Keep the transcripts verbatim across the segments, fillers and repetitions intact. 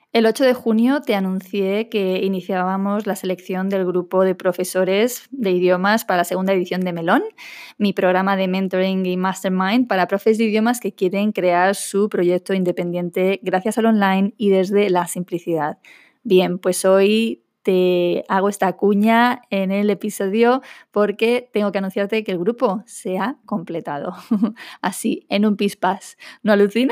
El ocho de junio te anuncié que iniciábamos la selección del grupo de profesores de idiomas para la segunda edición de Melón, mi programa de mentoring y mastermind para profes de idiomas que quieren crear su proyecto independiente gracias al online y desde la simplicidad. Bien, pues hoy te hago esta cuña en el episodio porque tengo que anunciarte que el grupo se ha completado. Así, en un pispás. ¿No alucinas?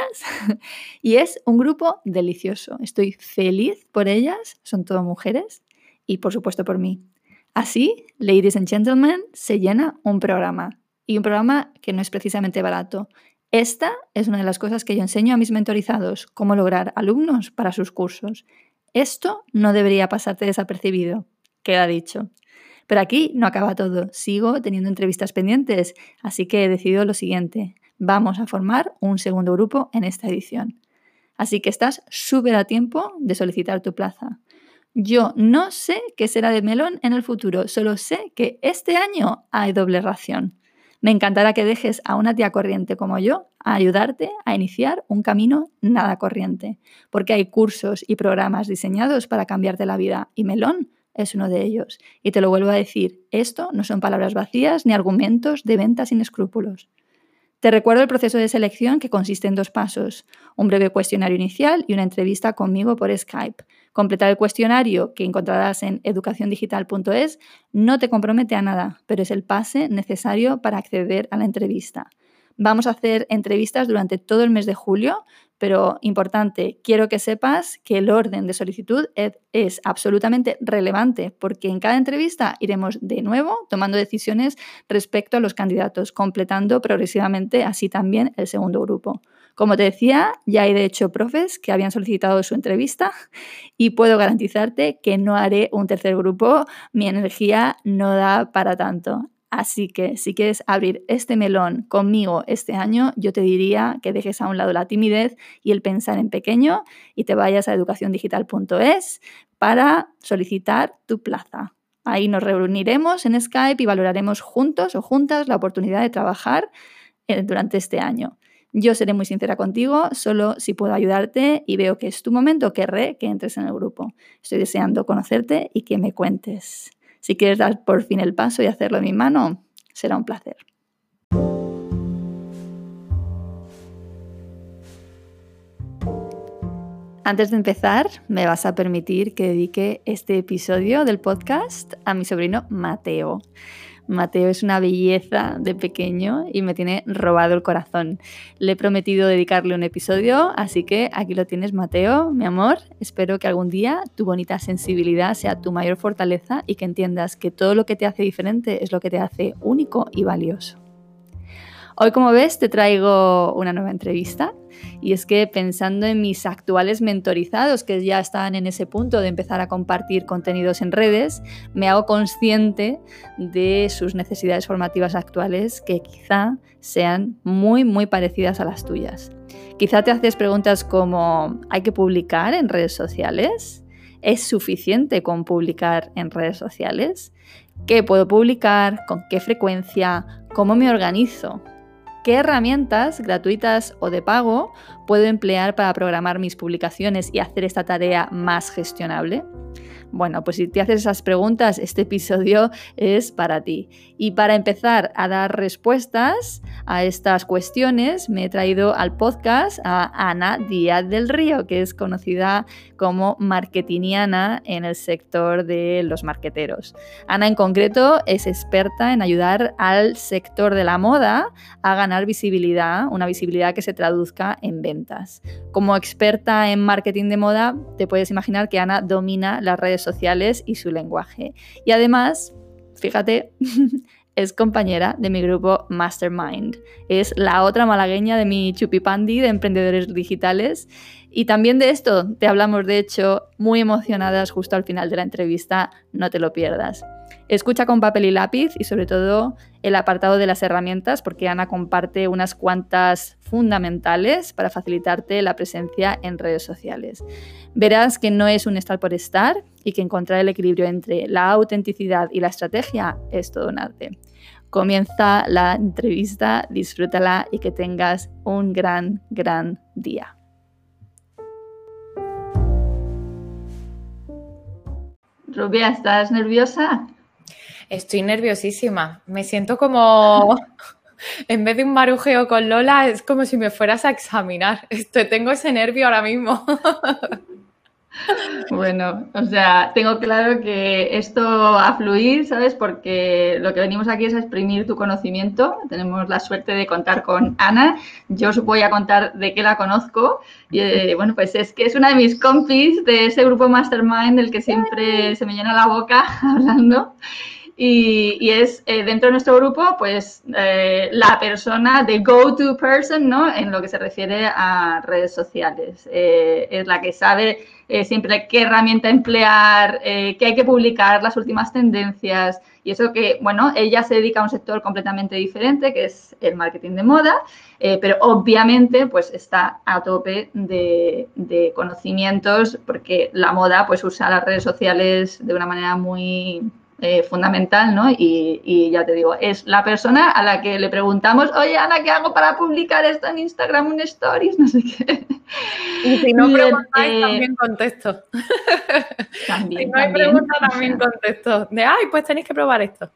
Y es un grupo delicioso. Estoy feliz por ellas, son todas mujeres, y por supuesto por mí. Así, ladies and gentlemen, se llena un programa. Y un programa que no es precisamente barato. Esta es una de las cosas que yo enseño a mis mentorizados, cómo lograr alumnos para sus cursos. Esto no debería pasarte desapercibido, queda dicho. Pero aquí no acaba todo. Sigo teniendo entrevistas pendientes, así que he decidido lo siguiente. Vamos a formar un segundo grupo en esta edición. Así que estás súper a tiempo de solicitar tu plaza. Yo no sé qué será de Melón en el futuro, solo sé que este año hay doble ración. Me encantará que dejes a una tía corriente como yo a ayudarte a iniciar un camino nada corriente, porque hay cursos y programas diseñados para cambiarte la vida y Melón es uno de ellos. Y te lo vuelvo a decir, esto no son palabras vacías ni argumentos de venta sin escrúpulos. Te recuerdo el proceso de selección que consiste en dos pasos, un breve cuestionario inicial y una entrevista conmigo por Skype. Completar el cuestionario que encontrarás en educación digital punto es no te compromete a nada, pero es el pase necesario para acceder a la entrevista. Vamos a hacer entrevistas durante todo el mes de julio, pero importante, quiero que sepas que el orden de solicitud es, es absolutamente relevante porque en cada entrevista iremos de nuevo tomando decisiones respecto a los candidatos, completando progresivamente así también el segundo grupo. Como te decía, ya hay de hecho profes que habían solicitado su entrevista y puedo garantizarte que no haré un tercer grupo, mi energía no da para tanto. Así que si quieres abrir este melón conmigo este año, yo te diría que dejes a un lado la timidez y el pensar en pequeño y te vayas a educación digital punto es para solicitar tu plaza. Ahí nos reuniremos en Skype y valoraremos juntos o juntas la oportunidad de trabajar durante este año. Yo seré muy sincera contigo, solo si puedo ayudarte y veo que es tu momento, querré que entres en el grupo. Estoy deseando conocerte y que me cuentes. Si quieres dar por fin el paso y hacerlo de mi mano, será un placer. Antes de empezar, me vas a permitir que dedique este episodio del podcast a mi sobrino Mateo. Mateo es una belleza de pequeño y me tiene robado el corazón. Le he prometido dedicarle un episodio, así que aquí lo tienes, Mateo, mi amor. Espero que algún día tu bonita sensibilidad sea tu mayor fortaleza y que entiendas que todo lo que te hace diferente es lo que te hace único y valioso. Hoy, como ves, te traigo una nueva entrevista y es que pensando en mis actuales mentorizados que ya están en ese punto de empezar a compartir contenidos en redes, me hago consciente de sus necesidades formativas actuales que quizá sean muy, muy parecidas a las tuyas. Quizá te haces preguntas como ¿hay que publicar en redes sociales? ¿Es suficiente con publicar en redes sociales? ¿Qué puedo publicar? ¿Con qué frecuencia? ¿Cómo me organizo? ¿Qué herramientas, gratuitas o de pago, puedo emplear para programar mis publicaciones y hacer esta tarea más gestionable? Bueno, pues si te haces esas preguntas, este episodio es para ti. Y para empezar a dar respuestas a estas cuestiones, me he traído al podcast a Ana Díaz del Río, que es conocida como marketingiana en el sector de los marqueteros. Ana, en concreto, es experta en ayudar al sector de la moda a ganar visibilidad, una visibilidad que se traduzca en ventas. Como experta en marketing de moda, te puedes imaginar que Ana domina las redes sociales y su lenguaje. Y además, fíjate, es compañera de mi grupo Mastermind. Es la otra malagueña de mi chupipandi de emprendedores digitales. Y también de esto te hablamos, de hecho, muy emocionadas justo al final de la entrevista. No te lo pierdas. Escucha con papel y lápiz y sobre todo el apartado de las herramientas porque Ana comparte unas cuantas fundamentales para facilitarte la presencia en redes sociales. Verás que no es un estar por estar y que encontrar el equilibrio entre la autenticidad y la estrategia es todo un arte. Comienza la entrevista, disfrútala y que tengas un gran, gran día. Rubia, ¿estás nerviosa? Estoy nerviosísima. Me siento como, en vez de un marujeo con Lola, es como si me fueras a examinar. Esto, tengo ese nervio ahora mismo. Bueno, o sea, tengo claro que esto va a fluir, ¿sabes? Porque lo que venimos aquí es a exprimir tu conocimiento. Tenemos la suerte de contar con Ana. Yo os voy a contar de qué la conozco. Y eh, bueno, pues es que es una de mis compis de ese grupo Mastermind del que siempre se me llena la boca hablando. Y, y es eh, dentro de nuestro grupo, pues eh, la persona de go-to person, ¿no? En lo que se refiere a redes sociales. Eh, es la que sabe eh, siempre qué herramienta emplear, eh, qué hay que publicar, las últimas tendencias. Y eso que, bueno, ella se dedica a un sector completamente diferente, que es el marketing de moda, eh, pero obviamente pues está a tope de, de conocimientos porque la moda pues usa las redes sociales de una manera muy Eh, fundamental, ¿no? Y, y ya te digo, es la persona a la que le preguntamos, oye, Ana, ¿qué hago para publicar esto en Instagram, un stories? No sé qué. Y si no Bien, preguntáis, eh, también contesto. También, si no hay también, pregunta, o también sea, contesto. De, ay, pues tenéis que probar esto.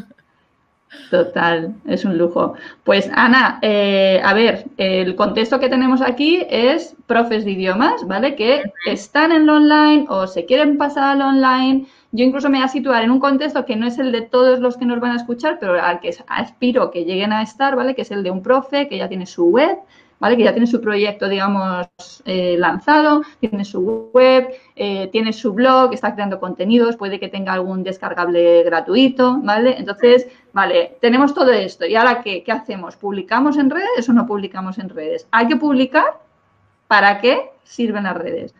total, es un lujo. Pues Ana, eh, a ver, el contexto que tenemos aquí es profes de idiomas, ¿vale? Que están en lo online o se quieren pasar al online. Yo incluso me voy a situar en un contexto que no es el de todos los que nos van a escuchar, pero al que aspiro que lleguen a estar, ¿vale? Que es el de un profe que ya tiene su web, ¿vale? Que ya tiene su proyecto, digamos, eh, lanzado, tiene su web, eh, tiene su blog, está creando contenidos, puede que tenga algún descargable gratuito, ¿vale? Entonces, vale, tenemos todo esto. ¿Y ahora qué? ¿Qué hacemos? ¿Publicamos en redes o no publicamos en redes? ¿Hay que publicar? ¿Para qué sirven las redes?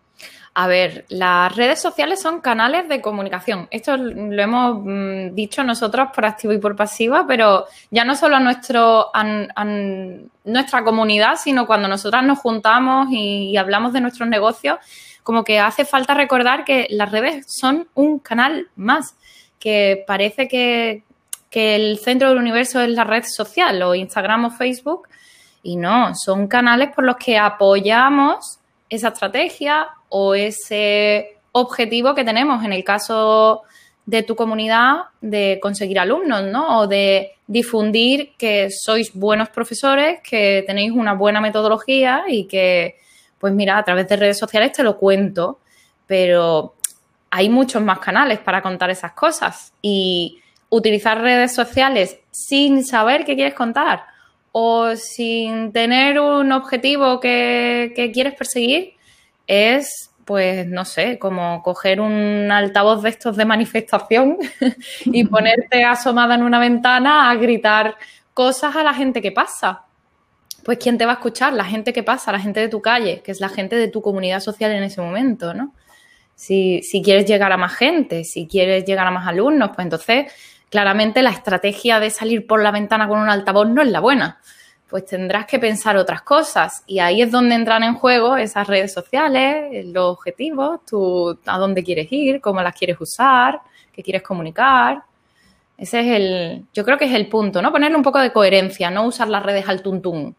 A ver, las redes sociales son canales de comunicación. Esto lo hemos mmm, dicho nosotros por activo y por pasiva, pero ya no solo a, nuestro, a, a nuestra comunidad, sino cuando nosotras nos juntamos y, y hablamos de nuestros negocios, como que hace falta recordar que las redes son un canal más, que parece que, que el centro del universo es la red social o Instagram o Facebook, y no, son canales por los que apoyamos esa estrategia o ese objetivo que tenemos en el caso de tu comunidad de conseguir alumnos, ¿no? O de difundir que sois buenos profesores, que tenéis una buena metodología y que, pues mira, a través de redes sociales te lo cuento, pero hay muchos más canales para contar esas cosas y utilizar redes sociales sin saber qué quieres contar o sin tener un objetivo que, que quieres perseguir es, pues, no sé, como coger un altavoz de estos de manifestación y ponerte asomada en una ventana a gritar cosas a la gente que pasa. Pues, ¿quién te va a escuchar? La gente que pasa, la gente de tu calle, que es la gente de tu comunidad social en ese momento, ¿no? Si, si quieres llegar a más gente, si quieres llegar a más alumnos, pues entonces claramente la estrategia de salir por la ventana con un altavoz no es la buena. Pues tendrás que pensar otras cosas y ahí es donde entran en juego esas redes sociales, los objetivos, tú, a dónde quieres ir, cómo las quieres usar, qué quieres comunicar. Ese es el, yo creo que es el punto, ¿no? Ponerle un poco de coherencia, no usar las redes al tuntún.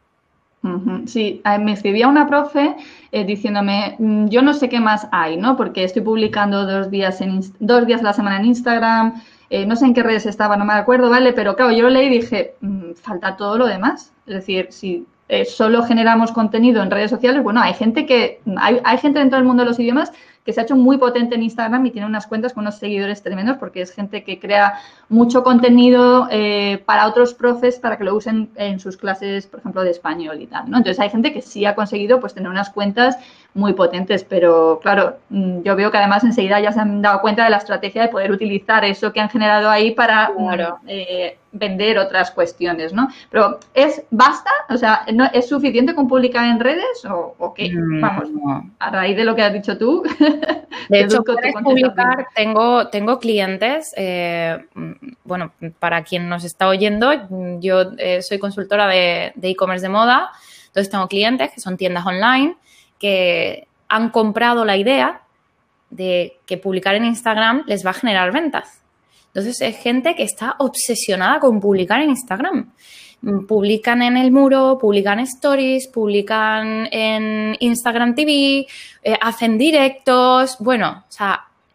Sí, me escribía una profe eh, diciéndome, yo no sé qué más hay, ¿no? Porque estoy publicando dos días, en, dos días a la semana en Instagram, eh, no sé en qué redes estaba, no me acuerdo, ¿vale? Pero claro, yo lo leí y dije, mmm, falta todo lo demás. Es decir, si eh, solo generamos contenido en redes sociales, bueno, hay gente que, hay, hay gente dentro del mundo de los idiomas que se ha hecho muy potente en Instagram y tiene unas cuentas con unos seguidores tremendos porque es gente que crea mucho contenido eh, para otros profes para que lo usen en sus clases, por ejemplo, de español y tal, ¿no? Entonces hay gente que sí ha conseguido pues tener unas cuentas muy potentes, pero claro, yo veo que además enseguida ya se han dado cuenta de la estrategia de poder utilizar eso que han generado ahí para Claro. eh, vender otras cuestiones, ¿no? Pero ¿es basta? O sea, ¿no, ¿es suficiente con publicar en redes o, o qué? Mm, Vamos, no. a raíz de lo que has dicho tú. De hecho, puedes publicar, tengo, tengo clientes, eh, bueno, para quien nos está oyendo, yo eh, soy consultora de de e-commerce de moda, entonces tengo clientes que son tiendas online que han comprado la idea de que publicar en Instagram les va a generar ventas. Entonces es gente que está obsesionada con publicar en Instagram. Publican en el muro, publican stories, publican en Instagram T V, eh, hacen directos, bueno, o sea,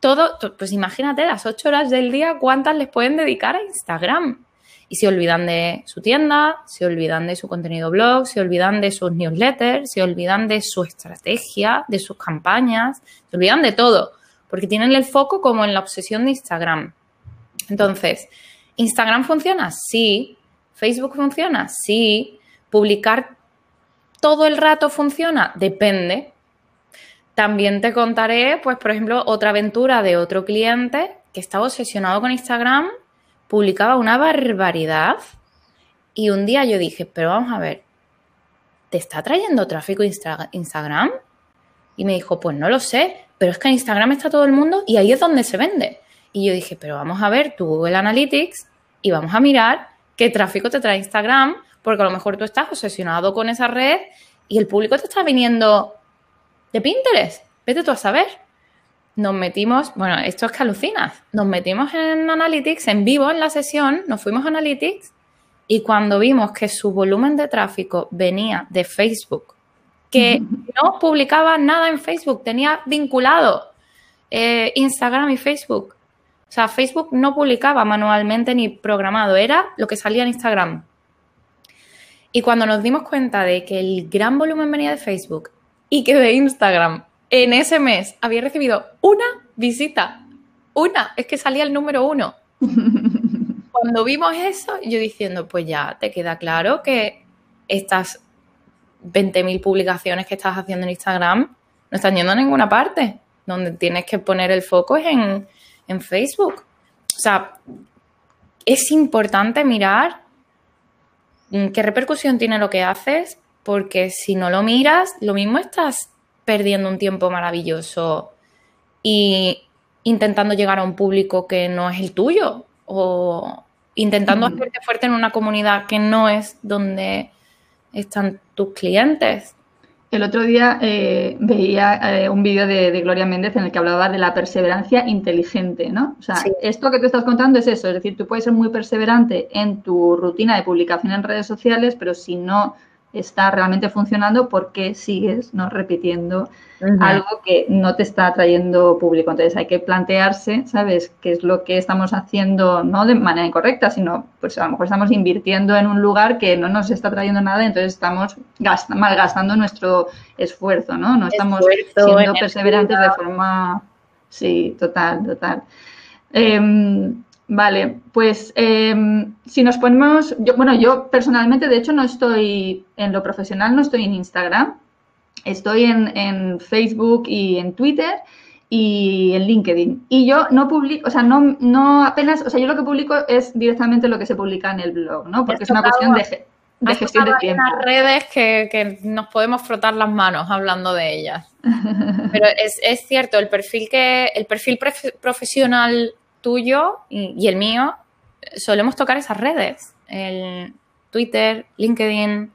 todo, pues imagínate, las ocho horas del día, ¿cuántas les pueden dedicar a Instagram? Y se olvidan de su tienda, se olvidan de su contenido blog, se olvidan de sus newsletters, se olvidan de su estrategia, de sus campañas, se olvidan de todo, porque tienen el foco como en la obsesión de Instagram. Entonces, ¿Instagram funciona? Sí. ¿Facebook funciona? Sí. ¿Publicar todo el rato funciona? Depende. También te contaré, pues, por ejemplo, otra aventura de otro cliente que estaba obsesionado con Instagram, publicaba una barbaridad y un día yo dije, pero vamos a ver, ¿te está trayendo tráfico Insta- Instagram? Y me dijo, pues no lo sé, pero es que en Instagram está todo el mundo y ahí es donde se vende. Y yo dije, pero vamos a ver tu Google Analytics y vamos a mirar qué tráfico te trae Instagram, porque a lo mejor tú estás obsesionado con esa red y el público te está viniendo de Pinterest. Vete tú a saber. Nos metimos, bueno, esto es que alucinas, nos metimos en Analytics en vivo en la sesión, nos fuimos a Analytics y cuando vimos que su volumen de tráfico venía de Facebook, que no publicaba nada en Facebook, tenía vinculado eh, Instagram y Facebook. O sea, Facebook no publicaba manualmente ni programado, era lo que salía en Instagram. Y cuando nos dimos cuenta de que el gran volumen venía de Facebook y que de Instagram en ese mes había recibido una visita, una, es que salía el número uno. Cuando vimos eso, yo diciendo, pues ya te queda claro que estas veinte mil publicaciones que estás haciendo en Instagram no están yendo a ninguna parte. Donde tienes que poner el foco es en, en Facebook. O sea, es importante mirar qué repercusión tiene lo que haces, porque si no lo miras, lo mismo estás perdiendo un tiempo maravilloso y intentando llegar a un público que no es el tuyo o intentando mm. hacerte fuerte en una comunidad que no es donde están tus clientes. El otro día eh, veía eh, un vídeo de, de Gloria Méndez en el que hablaba de la perseverancia inteligente, ¿no? O sea, sí. Esto que tú estás contando es eso, es decir, tú puedes ser muy perseverante en tu rutina de publicación en redes sociales, pero si no está realmente funcionando, ¿por qué sigues no repitiendo uh-huh. algo que no te está trayendo público? Entonces hay que plantearse, ¿sabes?, qué es lo que estamos haciendo, no de manera incorrecta, sino pues a lo mejor estamos invirtiendo en un lugar que no nos está trayendo nada, entonces estamos gast- malgastando nuestro esfuerzo, ¿no? No estamos esfuerzo, siendo energía. Perseverantes de forma... Sí, total, total. Eh, Vale, pues eh, si nos ponemos, yo, bueno, yo personalmente, de hecho, no estoy en lo profesional, no estoy en Instagram, estoy en, en Facebook y en Twitter y en LinkedIn. Y yo no publico, o sea, no, no apenas, o sea, yo lo que publico es directamente lo que se publica en el blog, ¿no? Porque es una cuestión de, de gestión de tiempo. Hay unas redes que, que nos podemos frotar las manos hablando de ellas. Pero es, es cierto, el perfil que, el perfil profesional tuyo y, y el mío, solemos tocar esas redes, el Twitter, LinkedIn.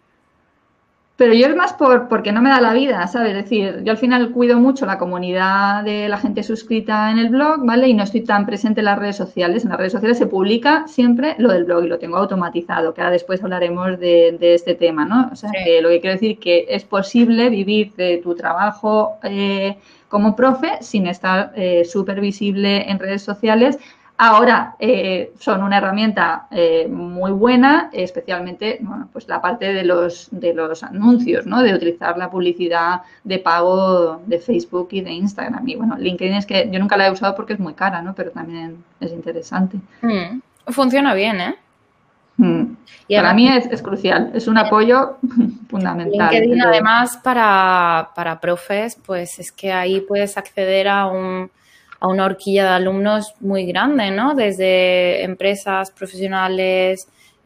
Pero yo es más por porque no me da la vida, ¿sabes? Es decir, yo al final cuido mucho la comunidad de la gente suscrita en el blog, ¿vale? Y no estoy tan presente en las redes sociales. En las redes sociales se publica siempre lo del blog y lo tengo automatizado, que ahora después hablaremos de, de este tema, ¿no? O sea, sí. que lo que quiero decir que es posible vivir de tu trabajo eh, como profe sin estar eh, súper visible en redes sociales. Ahora eh, son una herramienta eh, muy buena, especialmente bueno, pues la parte de los de los anuncios, ¿no? De utilizar la publicidad de pago de Facebook y de Instagram. Y bueno, LinkedIn es que yo nunca la he usado porque es muy cara, ¿no? Pero también es interesante. Mm, funciona bien, ¿eh? Mm. Y para mí es, es crucial, es un apoyo fundamental. LinkedIn, además, para, para profes, pues es que ahí puedes acceder a un... a una horquilla de alumnos muy grande, ¿no? Desde empresas, profesionales,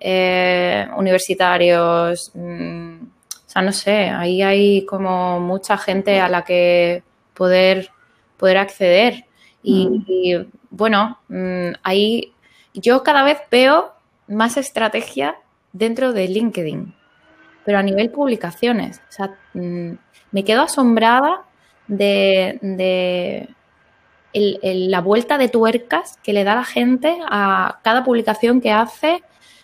eh, universitarios, mmm, o sea, no sé, ahí hay como mucha gente a la que poder, poder acceder. Y, mm. y bueno, mmm, ahí yo cada vez veo más estrategia dentro de LinkedIn, pero a nivel publicaciones. O sea, mmm, me quedo asombrada de... de El, el, la vuelta de tuercas que le da la gente a cada publicación que hace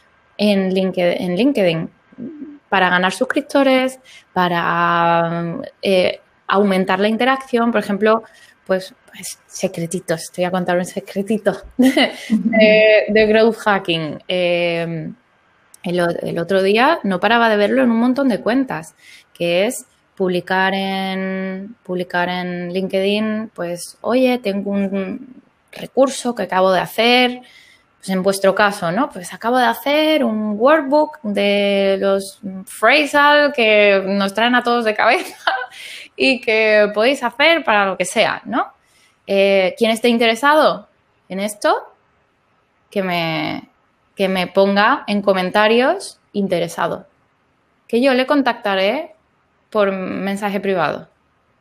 en LinkedIn, en LinkedIn para ganar suscriptores, para eh, aumentar la interacción, por ejemplo, pues, pues secretitos, te voy a contar un secretito de, de, de growth hacking. Eh, el, el otro día no paraba de verlo en un montón de cuentas, que es publicar en, publicar en LinkedIn, pues, oye, tengo un recurso que acabo de hacer, pues en vuestro caso, ¿no? Pues acabo de hacer un workbook de los phrasal que nos traen a todos de cabeza y que podéis hacer para lo que sea, ¿no? Eh, ¿Quién esté interesado en esto? Que me, que me ponga en comentarios interesado. Que yo le contactaré por mensaje privado.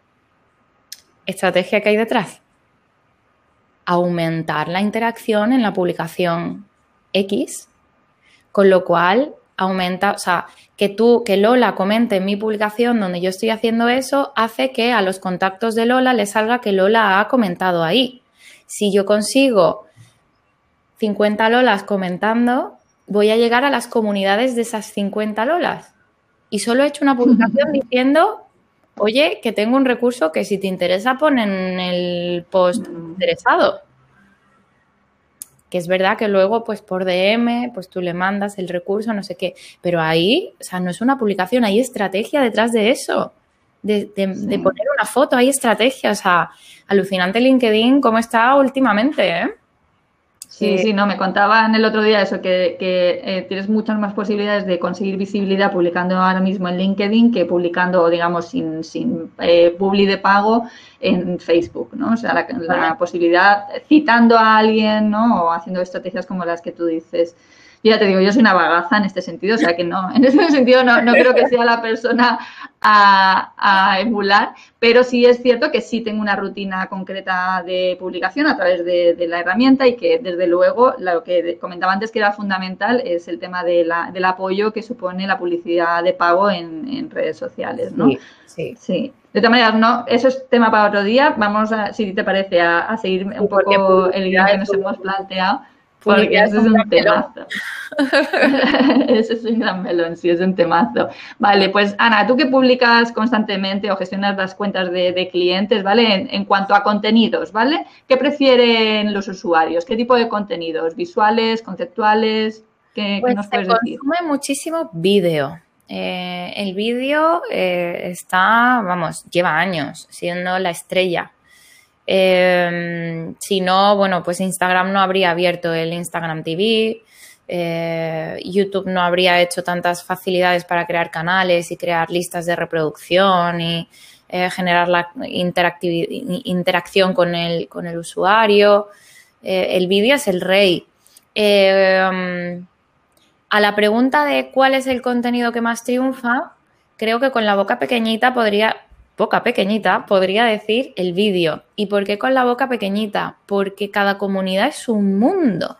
¿Estrategia que hay detrás? Aumentar la interacción en la publicación X, con lo cual aumenta, o sea, que tú, que Lola comente en mi publicación donde yo estoy haciendo eso, hace que a los contactos de Lola les salga que Lola ha comentado ahí. Si yo consigo cincuenta Lolas comentando, voy a llegar a las comunidades de esas cincuenta Lolas. Y solo he hecho una publicación diciendo, oye, que tengo un recurso que si te interesa pon en el post interesado. Que es verdad que luego, pues por D M, pues tú le mandas el recurso, no sé qué. Pero ahí, o sea, no es una publicación, hay estrategia detrás de eso. De, de, sí. de poner una foto, hay estrategia. O sea, alucinante LinkedIn cómo está últimamente, ¿eh? Sí, sí, no, me contaban el otro día eso, que, que eh, tienes muchas más posibilidades de conseguir visibilidad publicando ahora mismo en LinkedIn que publicando, digamos, sin, sin eh, publi de pago en Facebook, ¿no? O sea, la, la posibilidad, citando a alguien, ¿no? O haciendo estrategias como las que tú dices. Yo ya te digo, yo soy una bagaza en este sentido, o sea que no, en ese sentido no, no creo que sea la persona a, a emular, pero sí es cierto que sí tengo una rutina concreta de publicación a través de, de la herramienta y que desde luego lo que comentaba antes que era fundamental es el tema de la, del apoyo que supone la publicidad de pago en, en redes sociales, ¿no? Sí, sí. Sí. De todas maneras, no, eso es tema para otro día. Vamos, a, si te parece, a, a seguir un sí, poco el guión que nos hemos planteado. Porque ese es un temazo. Ese es un gran melón, sí, es un temazo. Vale, pues Ana, tú que publicas constantemente o gestionas las cuentas de, de clientes, ¿vale? En, en cuanto a contenidos, ¿vale? ¿Qué prefieren los usuarios? ¿Qué tipo de contenidos? ¿Visuales, conceptuales? ¿Qué, pues ¿qué nos puedes decir? Se consume muchísimo vídeo. Eh, el vídeo eh, está, vamos, lleva años siendo la estrella. Eh, si no, bueno, pues Instagram no habría abierto el Instagram T V, eh, YouTube no habría hecho tantas facilidades para crear canales y crear listas de reproducción y eh, generar la interacción con el, con el usuario. Eh, el vídeo es el rey. Eh, a la pregunta de cuál es el contenido que más triunfa, creo que con la boca pequeñita podría... boca pequeñita, podría decir el vídeo. ¿Y por qué con la boca pequeñita? Porque cada comunidad es un mundo.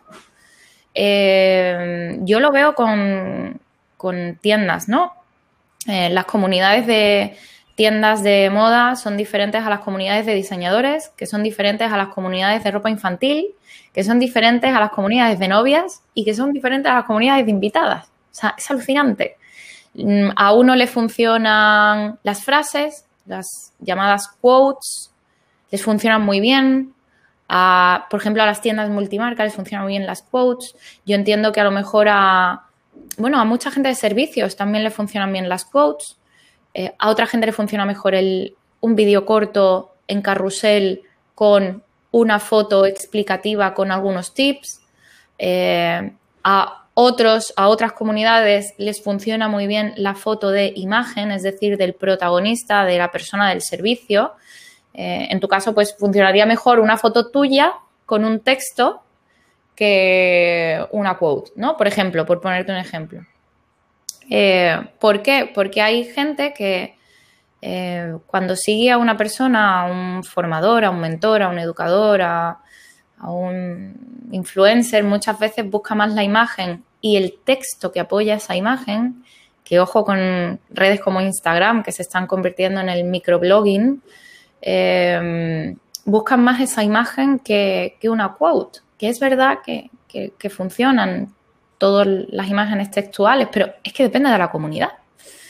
Eh, yo lo veo con, con tiendas, ¿no? Eh, las comunidades de tiendas de moda son diferentes a las comunidades de diseñadores, que son diferentes a las comunidades de ropa infantil, que son diferentes a las comunidades de novias y que son diferentes a las comunidades de invitadas. O sea, es alucinante. A uno le funcionan las frases, las llamadas quotes, les funcionan muy bien. A, por ejemplo, a las tiendas multimarca les funcionan muy bien las quotes. Yo entiendo que a lo mejor a, bueno, a mucha gente de servicios también le funcionan bien las quotes. Eh, a otra gente le funciona mejor el, un vídeo corto en carrusel con una foto explicativa con algunos tips. Eh, a Otros, a otras comunidades les funciona muy bien la foto de imagen, es decir, del protagonista, de la persona del servicio. Eh, en tu caso, pues funcionaría mejor una foto tuya con un texto que una quote, ¿no? Por ejemplo, por ponerte un ejemplo. Eh, ¿Por qué? Porque hay gente que eh, cuando sigue a una persona, a un formador, a un mentor, a un educador, a, a un influencer, muchas veces busca más la imagen y el texto que apoya esa imagen, que ojo con redes como Instagram, que se están convirtiendo en el microblogging, eh, buscan más esa imagen que, que una quote, que es verdad que, que, que funcionan todas las imágenes textuales, pero es que depende de la comunidad.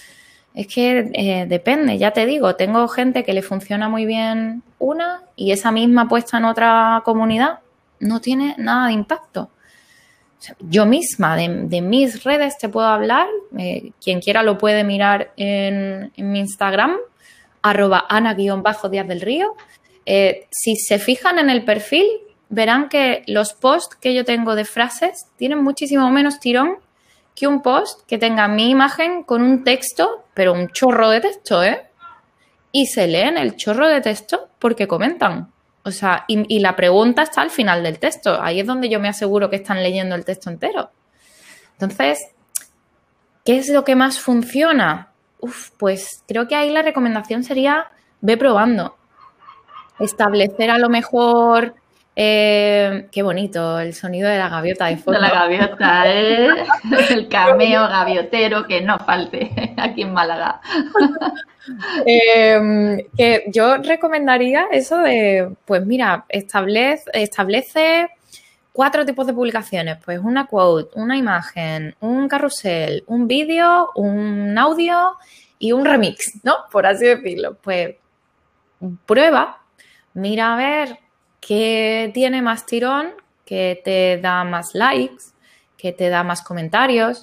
Es que eh, depende, ya te digo, tengo gente que le funciona muy bien una y esa misma puesta en otra comunidad no tiene nada de impacto. O sea, yo misma, de, de mis redes te puedo hablar, eh, quien quiera lo puede mirar en, en mi Instagram, arroba ana-díaz del río. Eh, si se fijan en el perfil, verán que los posts que yo tengo de frases tienen muchísimo menos tirón que un post que tenga mi imagen con un texto, pero un chorro de texto, ¿eh? Y se leen el chorro de texto porque comentan. O sea, y, y la pregunta está al final del texto. Ahí es donde yo me aseguro que están leyendo el texto entero. Entonces, ¿qué es lo que más funciona? Uf, pues creo que ahí la recomendación sería ve probando. Establecer a lo mejor... Eh, qué bonito el sonido de la gaviota de fondo. De la gaviota, ¿eh? El cameo gaviotero que no falte aquí en Málaga. Eh, que yo recomendaría eso de, pues mira, establece, establece cuatro tipos de publicaciones, pues una quote, una imagen, un carrusel, un vídeo, un audio y un remix, ¿no? Por así decirlo. Pues prueba, mira a ver qué tiene más tirón, qué te da más likes, qué te da más comentarios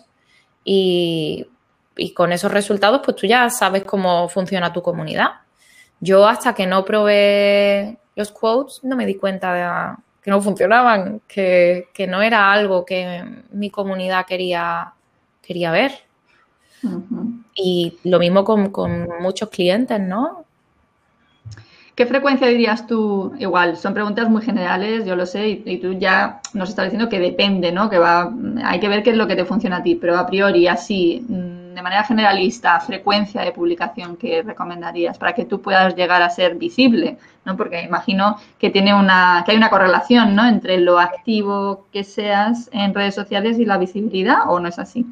y, y con esos resultados pues tú ya sabes cómo funciona tu comunidad. Yo hasta que no probé los quotes no me di cuenta de que no funcionaban, que, que no era algo que mi comunidad quería, quería ver. Uh-huh. Y lo mismo con, con muchos clientes, ¿no? ¿Qué frecuencia dirías tú? Igual, son preguntas muy generales, yo lo sé, y, y tú ya nos estás diciendo que depende, ¿no? Que va, hay que ver qué es lo que te funciona a ti, pero a priori, así, de manera generalista, frecuencia de publicación que recomendarías para que tú puedas llegar a ser visible, ¿no? Porque imagino que tiene una, que hay una correlación, ¿no? Entre lo activo que seas en redes sociales y la visibilidad, ¿o no es así?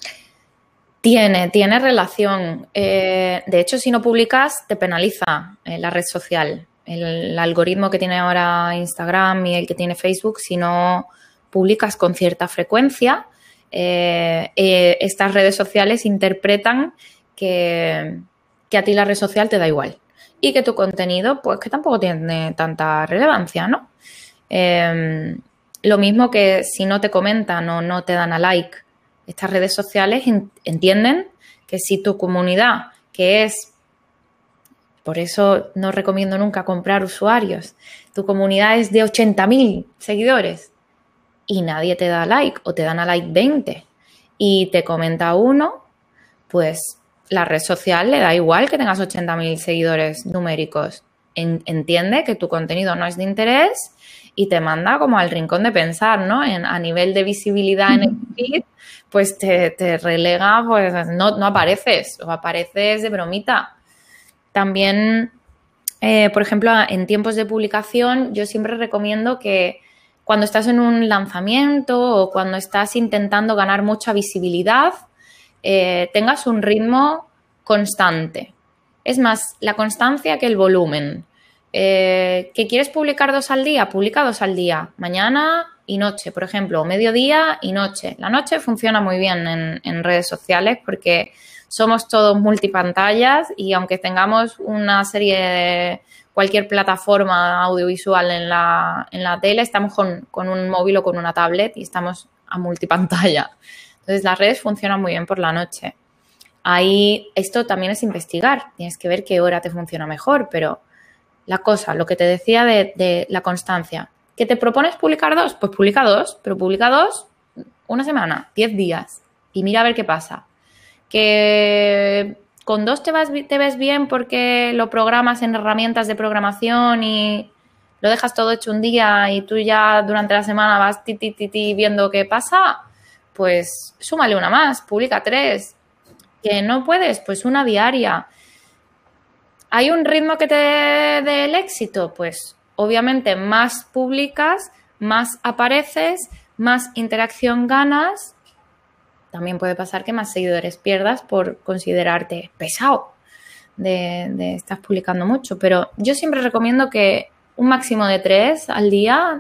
Tiene, tiene relación. Eh, de hecho, si no publicas, te penaliza eh, la red social. El, el algoritmo que tiene ahora Instagram y el que tiene Facebook, si no publicas con cierta frecuencia, eh, eh, estas redes sociales interpretan que, que a ti la red social te da igual y que tu contenido, pues que tampoco tiene tanta relevancia, ¿no? Eh, lo mismo que si no te comentan o no te dan a like, estas redes sociales entienden que si tu comunidad, que es, por eso no recomiendo nunca comprar usuarios, tu comunidad es de ochenta mil seguidores y nadie te da like o te dan a like veinte y te comenta uno, pues la red social le da igual que tengas ochenta mil seguidores numéricos. Entiende que tu contenido no es de interés y te manda como al rincón de pensar, ¿no? En, a nivel de visibilidad en el feed, pues te, te relega, pues no, no apareces o apareces de bromita. También, eh, por ejemplo, en tiempos de publicación, yo siempre recomiendo que cuando estás en un lanzamiento o cuando estás intentando ganar mucha visibilidad, eh, tengas un ritmo constante. Es más la constancia que el volumen. Eh, ¿Que quieres publicar dos al día? Publica dos al día. Mañana y noche, por ejemplo, o mediodía y noche. La noche funciona muy bien en, en redes sociales porque somos todos multipantallas y aunque tengamos una serie de cualquier plataforma audiovisual en la, en la tele, estamos con, con un móvil o con una tablet y estamos a multipantalla. Entonces, las redes funcionan muy bien por la noche. Ahí, esto también es investigar. Tienes que ver qué hora te funciona mejor, pero la cosa, lo que te decía de, de la constancia. ¿Que te propones publicar dos? Pues publica dos, pero publica dos una semana, diez días y mira a ver qué pasa. Que con dos te, vas, te ves bien porque lo programas en herramientas de programación y lo dejas todo hecho un día y tú ya durante la semana vas ti, ti, ti, ti, viendo qué pasa, pues súmale una más, publica tres. ¿Que no puedes? Pues una diaria. ¿Hay un ritmo que te dé el éxito? Pues obviamente más publicas, más apareces, más interacción ganas. También puede pasar que más seguidores pierdas por considerarte pesado de, de estar publicando mucho. Pero yo siempre recomiendo que un máximo de tres al día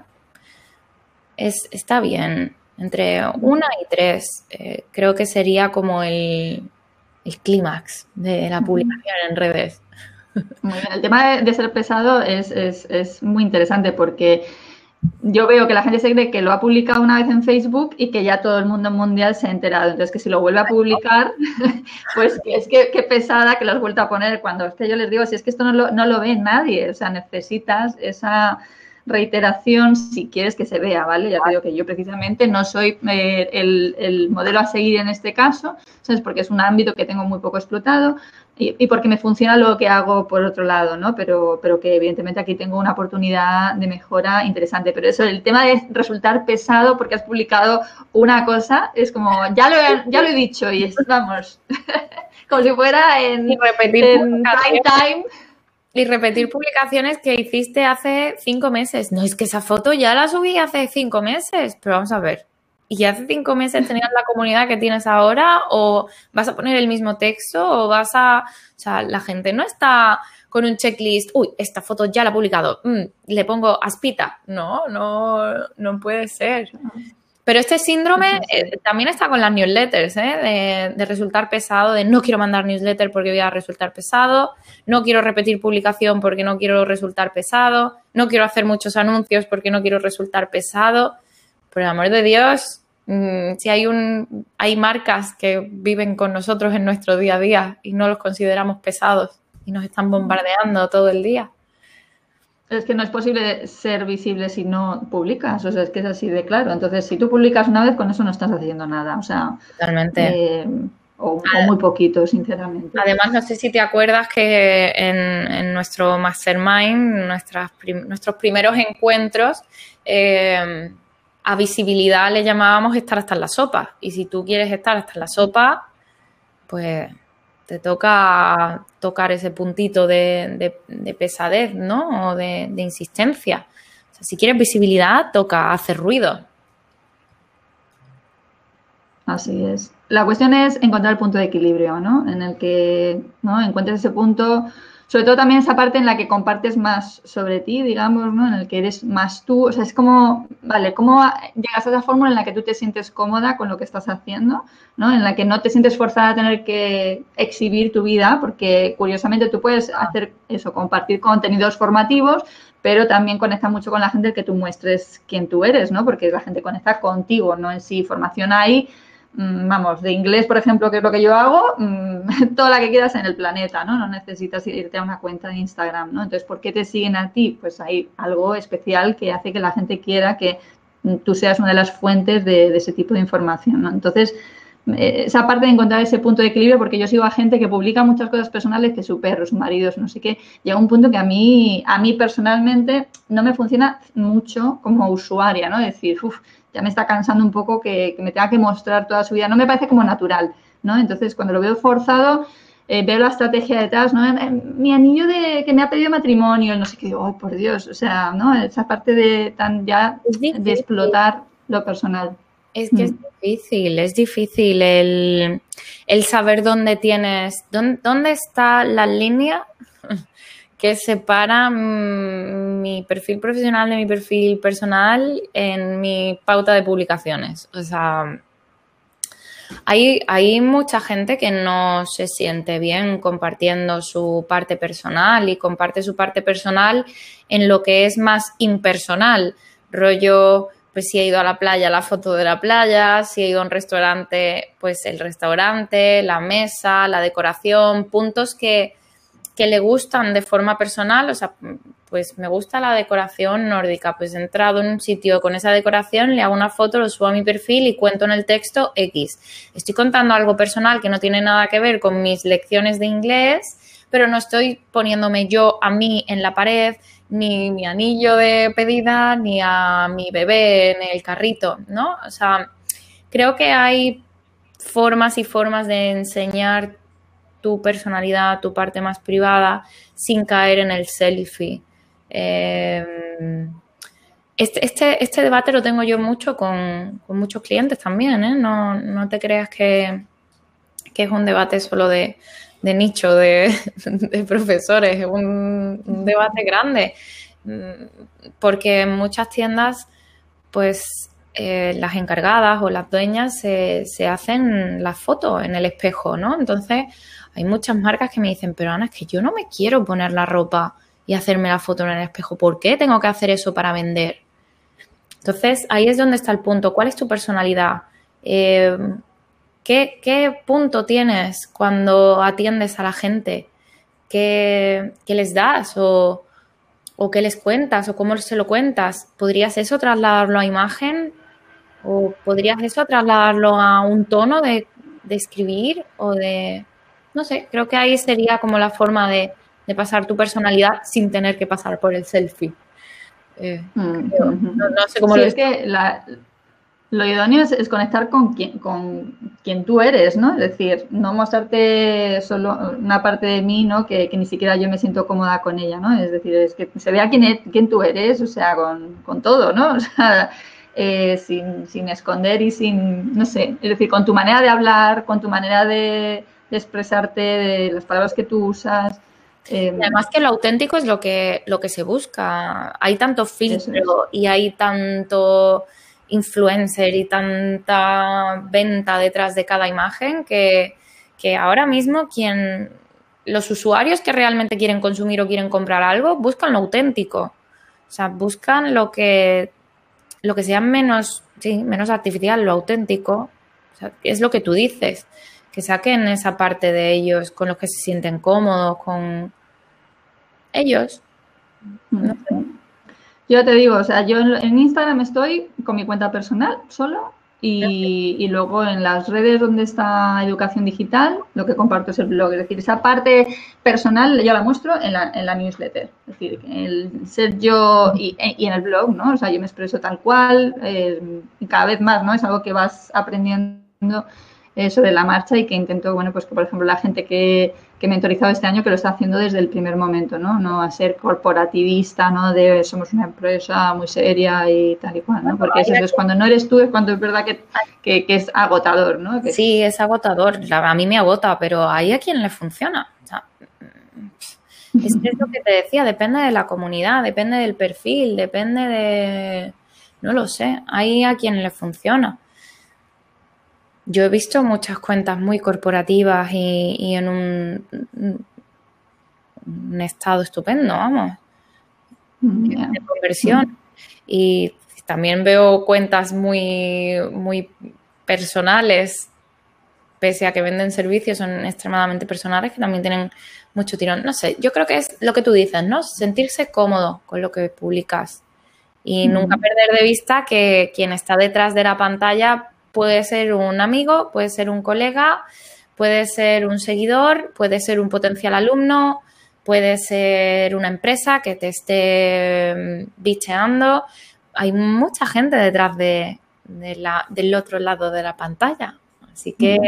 es, está bien. Entre una y tres eh, creo que sería como el, el clímax de la publicación en redes. Muy bien. El tema de, de ser pesado es, es, es muy interesante porque yo veo que la gente se cree que lo ha publicado una vez en Facebook y que ya todo el mundo mundial se ha enterado. Entonces, que si lo vuelve a publicar, pues que es que, que pesada que lo has vuelto a poner. Cuando es que yo les digo, si es que esto no lo, no lo ve nadie, o sea, necesitas esa reiteración si quieres que se vea, ¿vale? Ya te digo que yo precisamente no soy eh, el, el modelo a seguir en este caso, ¿sabes? Porque es un ámbito que tengo muy poco explotado y, y porque me funciona lo que hago por otro lado, ¿no? Pero, pero que evidentemente aquí tengo una oportunidad de mejora interesante. Pero eso, el tema de resultar pesado porque has publicado una cosa, es como, ya lo he, ya lo he dicho y es, vamos, como si fuera en, y repetir en prime time. Y repetir publicaciones que hiciste hace cinco meses. No, es que esa foto ya la subí hace cinco meses. Pero vamos a ver. ¿Y hace cinco meses tenías la comunidad que tienes ahora? ¿O vas a poner el mismo texto? ¿O vas a...? O sea, la gente no está con un checklist. Uy, esta foto ya la he publicado. Mm, le pongo aspita. No, no, no puede ser. Pero este síndrome eh, también está con las newsletters, ¿eh? De, de resultar pesado, de no quiero mandar newsletter porque voy a resultar pesado, no quiero repetir publicación porque no quiero resultar pesado, no quiero hacer muchos anuncios porque no quiero resultar pesado. Por el amor de Dios, mmm, si hay un hay marcas que viven con nosotros en nuestro día a día y no los consideramos pesados y nos están bombardeando todo el día. Es que no es posible ser visible si no publicas, o sea, es que es así de claro. Entonces, si tú publicas una vez, con eso no estás haciendo nada, o sea... Totalmente. Eh, o, o muy poquito, sinceramente. Además, no sé si te acuerdas que en, en nuestro Mastermind, nuestras prim, nuestros primeros encuentros, eh, a visibilidad le llamábamos estar hasta en la sopa. Y si tú quieres estar hasta en la sopa, pues... te toca tocar ese puntito de, de, de pesadez, ¿no? O de, de insistencia. O sea, si quieres visibilidad, toca hacer ruido. Así es. La cuestión es encontrar el punto de equilibrio, ¿no? En el que, ¿no?, encuentres ese punto, sobre todo también esa parte en la que compartes más sobre ti, digamos, ¿no? En el que eres más tú. O sea, es como, vale, ¿cómo llegas a esa fórmula en la que tú te sientes cómoda con lo que estás haciendo, ¿no? En la que no te sientes forzada a tener que exhibir tu vida, porque curiosamente tú puedes hacer eso, compartir contenidos formativos, pero también conecta mucho con la gente el que tú muestres quién tú eres, ¿no? Porque la gente conecta contigo, no en sí. Formación hay, vamos, de inglés, por ejemplo, que es lo que yo hago, toda la que quieras en el planeta, ¿no? No necesitas irte a una cuenta de Instagram, ¿no? Entonces, ¿por qué te siguen a ti? Pues hay algo especial que hace que la gente quiera que tú seas una de las fuentes de, de ese tipo de información, ¿no? Entonces, esa parte de encontrar ese punto de equilibrio, porque yo sigo a gente que publica muchas cosas personales, que su perro, su marido, no sé qué, llega un punto que a mí, a mí personalmente no me funciona mucho como usuaria, ¿no? Decir, uff, ya me está cansando un poco que, que me tenga que mostrar toda su vida, no me parece como natural, ¿no? Entonces, cuando lo veo forzado, eh, veo la estrategia detrás, ¿no? Mi anillo de que me ha pedido matrimonio, no sé qué, digo, ¡ay, por Dios! O sea, ¿no? Esa parte de tan ya de explotar lo personal. Es que mm. es difícil, es difícil el, el saber dónde tienes, dónde, dónde está la línea que separa mi perfil profesional de mi perfil personal en mi pauta de publicaciones. O sea, hay, hay mucha gente que no se siente bien compartiendo su parte personal y comparte su parte personal en lo que es más impersonal, rollo... Pues si he ido a la playa, la foto de la playa, si he ido a un restaurante, pues el restaurante, la mesa, la decoración, puntos que, que le gustan de forma personal. O sea, pues me gusta la decoración nórdica, pues he entrado en un sitio con esa decoración, le hago una foto, lo subo a mi perfil y cuento en el texto X. Estoy contando algo personal que no tiene nada que ver con mis lecciones de inglés, pero no estoy poniéndome yo a mí en la pared, ni mi anillo de pedida, ni a mi bebé en el carrito, ¿no? O sea, creo que hay formas y formas de enseñar tu personalidad, tu parte más privada, sin caer en el selfie. Eh, este, este, este debate lo tengo yo mucho con, con muchos clientes también, ¿eh? No, no te creas que, que es un debate solo de... de nicho de, de profesores, es un, un debate grande, porque en muchas tiendas pues eh, las encargadas o las dueñas se, se hacen la foto en el espejo, ¿no? Entonces, hay muchas marcas que me dicen, pero Ana, es que yo no me quiero poner la ropa y hacerme la foto en el espejo. ¿Por qué tengo que hacer eso para vender? Entonces, ahí es donde está el punto. ¿Cuál es tu personalidad? Eh, ¿qué, ¿Qué punto tienes cuando atiendes a la gente? ¿Qué, qué les das? O, ¿O qué les cuentas? ¿O cómo se lo cuentas? ¿Podrías eso trasladarlo a imagen? ¿O podrías eso trasladarlo a un tono de, de escribir? O de... No sé, creo que ahí sería como la forma de, de pasar tu personalidad sin tener que pasar por el selfie. Eh, Mm, creo. mm, no, no sé cómo sí, lo es que la, lo idóneo es, es conectar con quien, con quien tú eres, ¿no? Es decir, no mostrarte solo una parte de mí, ¿no? Que, que ni siquiera yo me siento cómoda con ella, ¿no? Es decir, es que se vea quién, es, quién tú eres, o sea, con, con todo, ¿no? O sea, eh, sin, sin esconder y sin, no sé, es decir, con tu manera de hablar, con tu manera de, de expresarte, de las palabras que tú usas. Eh, Y además que lo auténtico es lo que, lo que se busca. Hay tanto filtro es. y hay tanto influencer y tanta venta detrás de cada imagen que, que ahora mismo quien los usuarios que realmente quieren consumir o quieren comprar algo buscan lo auténtico. O sea, buscan lo que, lo que sea menos, sí, menos artificial, lo auténtico. O sea, es lo que tú dices. Que saquen esa parte de ellos con los que se sienten cómodos, con ellos. No sé. Yo te digo, o sea, yo en Instagram estoy con mi cuenta personal solo y, y luego en las redes donde está educación digital, lo que comparto es el blog. Es decir, esa parte personal yo la muestro en la, en la newsletter. Es decir, el ser yo y, y en el blog, ¿no? O sea, yo me expreso tal cual eh, y cada vez más, ¿no? Es algo que vas aprendiendo eh, sobre la marcha y que intento, bueno, pues que por ejemplo la gente que, que he mentorizado este año que lo está haciendo desde el primer momento, ¿no? No a ser corporativista, ¿no? De somos una empresa muy seria y tal y cual, ¿no? Porque eso es cuando no eres tú, es cuando es verdad que, que, que es agotador, ¿no? Que sí, es agotador. A mí me agota, pero hay a quien le funciona. O sea, es, es lo que te decía, depende de la comunidad, depende del perfil, depende de... No lo sé, hay a quien le funciona. Yo he visto muchas cuentas muy corporativas y, y en un, un estado estupendo, vamos, yeah. de conversión. Mm. Y también veo cuentas muy, muy personales, pese a que venden servicios, son extremadamente personales, que también tienen mucho tirón. No sé, yo creo que es lo que tú dices, ¿no? Sentirse cómodo con lo que publicas y mm. nunca perder de vista que quien está detrás de la pantalla puede ser un amigo, puede ser un colega, puede ser un seguidor, puede ser un potencial alumno, puede ser una empresa que te esté bicheando. Hay mucha gente detrás de, de la, del otro lado de la pantalla. Así que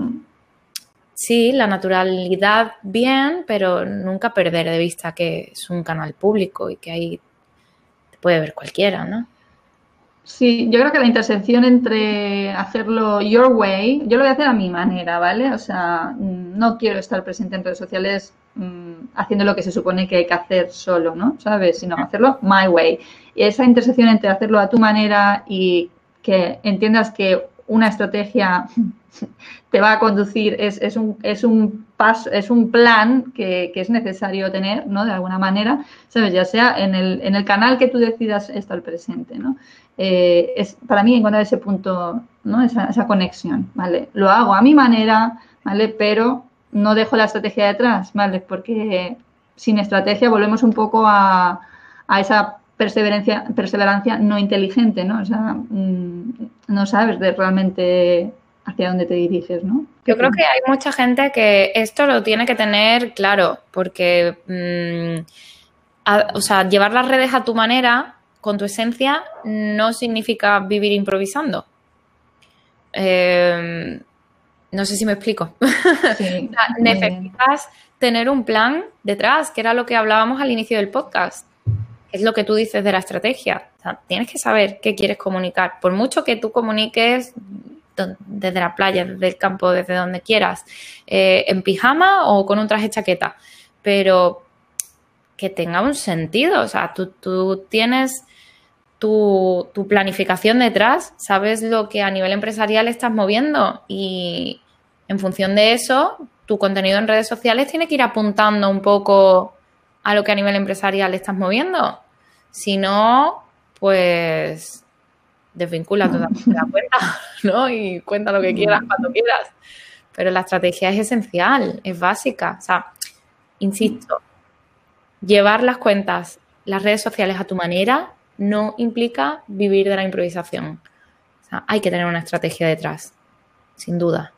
sí, la naturalidad bien, pero nunca perder de vista que es un canal público y que ahí te puede ver cualquiera, ¿no? Sí, yo creo que la intersección entre hacerlo your way, yo lo voy a hacer a mi manera, ¿vale? O sea, no quiero estar presente en redes sociales mmm, haciendo lo que se supone que hay que hacer solo, ¿no? ¿Sabes? Sino hacerlo my way. Y esa intersección entre hacerlo a tu manera y que entiendas que una estrategia te va a conducir, es, es, un, es un paso, es un plan que, que es necesario tener, ¿no? De alguna manera, ¿sabes? Ya sea en el, en el canal que tú decidas estar presente, ¿no? Eh, es para mí encontrar ese punto, ¿no? Esa, esa conexión, ¿vale? Lo hago a mi manera, ¿vale? Pero no dejo la estrategia detrás, ¿vale? Porque sin estrategia volvemos un poco a, a esa perseverancia, perseverancia no inteligente, ¿no? O sea, mmm, no sabes de realmente hacia dónde te diriges, ¿no? Yo creo que hay mucha gente que esto lo tiene que tener claro, porque, mmm, a, o sea, llevar las redes a tu manera, con tu esencia, no significa vivir improvisando. Eh, no sé si me explico. Sí, o sea, necesitas tener un plan detrás, que era lo que hablábamos al inicio del podcast. Es lo que tú dices de la estrategia. O sea, tienes que saber qué quieres comunicar. Por mucho que tú comuniques desde la playa, desde el campo, desde donde quieras, eh, en pijama o con un traje chaqueta, pero que tenga un sentido. O sea, tú, tú tienes tu, tu planificación detrás, sabes lo que a nivel empresarial estás moviendo y en función de eso, tu contenido en redes sociales tiene que ir apuntando un poco a lo que a nivel empresarial estás moviendo. Si no, pues desvincula totalmente la cuenta, ¿no? Y cuenta lo que quieras cuando quieras. Pero la estrategia es esencial, es básica. O sea, insisto, llevar las cuentas, las redes sociales a tu manera no implica vivir de la improvisación. O sea, hay que tener una estrategia detrás, sin duda.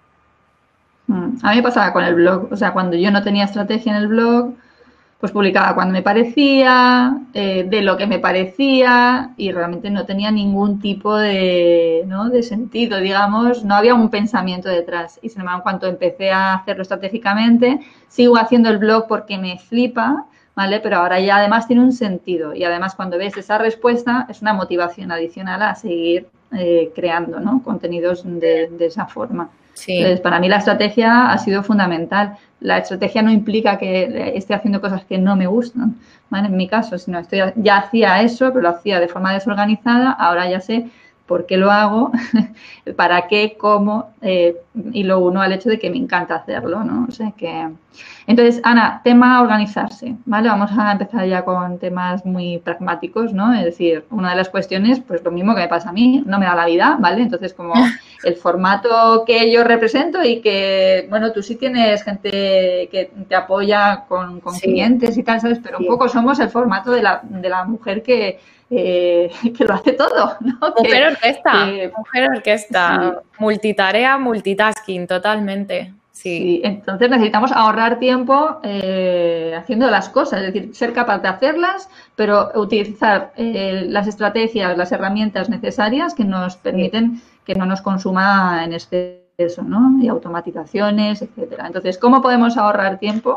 A mí me pasaba con el blog. O sea, cuando yo no tenía estrategia en el blog, pues publicaba cuando me parecía, eh, de lo que me parecía, y realmente no tenía ningún tipo de, ¿no? de sentido, digamos, no había un pensamiento detrás. Y sin embargo, cuando empecé a hacerlo estratégicamente, sigo haciendo el blog porque me flipa, ¿vale? Pero ahora ya además tiene un sentido, y además cuando ves esa respuesta es una motivación adicional a seguir eh, creando, ¿no? contenidos de, de esa forma. Sí. Entonces, para mí la estrategia ha sido fundamental. La estrategia no implica que esté haciendo cosas que no me gustan, ¿vale? En mi caso, sino estoy, ya hacía eso, pero lo hacía de forma desorganizada. Ahora ya sé por qué lo hago, para qué, cómo, eh, y lo uno al hecho de que me encanta hacerlo, ¿no? O sea que... Entonces, Ana, tema organizarse, ¿vale? Vamos a empezar ya con temas muy pragmáticos, ¿no? Es decir, una de las cuestiones, pues lo mismo que me pasa a mí, no me da la vida, ¿vale? Entonces, como el formato que yo represento y que, bueno, tú sí tienes gente que te apoya con, con sí. clientes y tal, ¿sabes? Pero sí. un poco somos el formato de la, de la mujer que... Eh, que lo hace todo, ¿no? Mujer que, orquesta, que, mujer orquesta, sí. multitarea, multitasking, totalmente. Sí. sí, entonces necesitamos ahorrar tiempo eh, haciendo las cosas, es decir, ser capaz de hacerlas, pero utilizar eh, las estrategias, las herramientas necesarias que nos permiten sí. que no nos consuma en exceso, ¿no? Y automatizaciones, etcétera. Entonces, ¿cómo podemos ahorrar tiempo?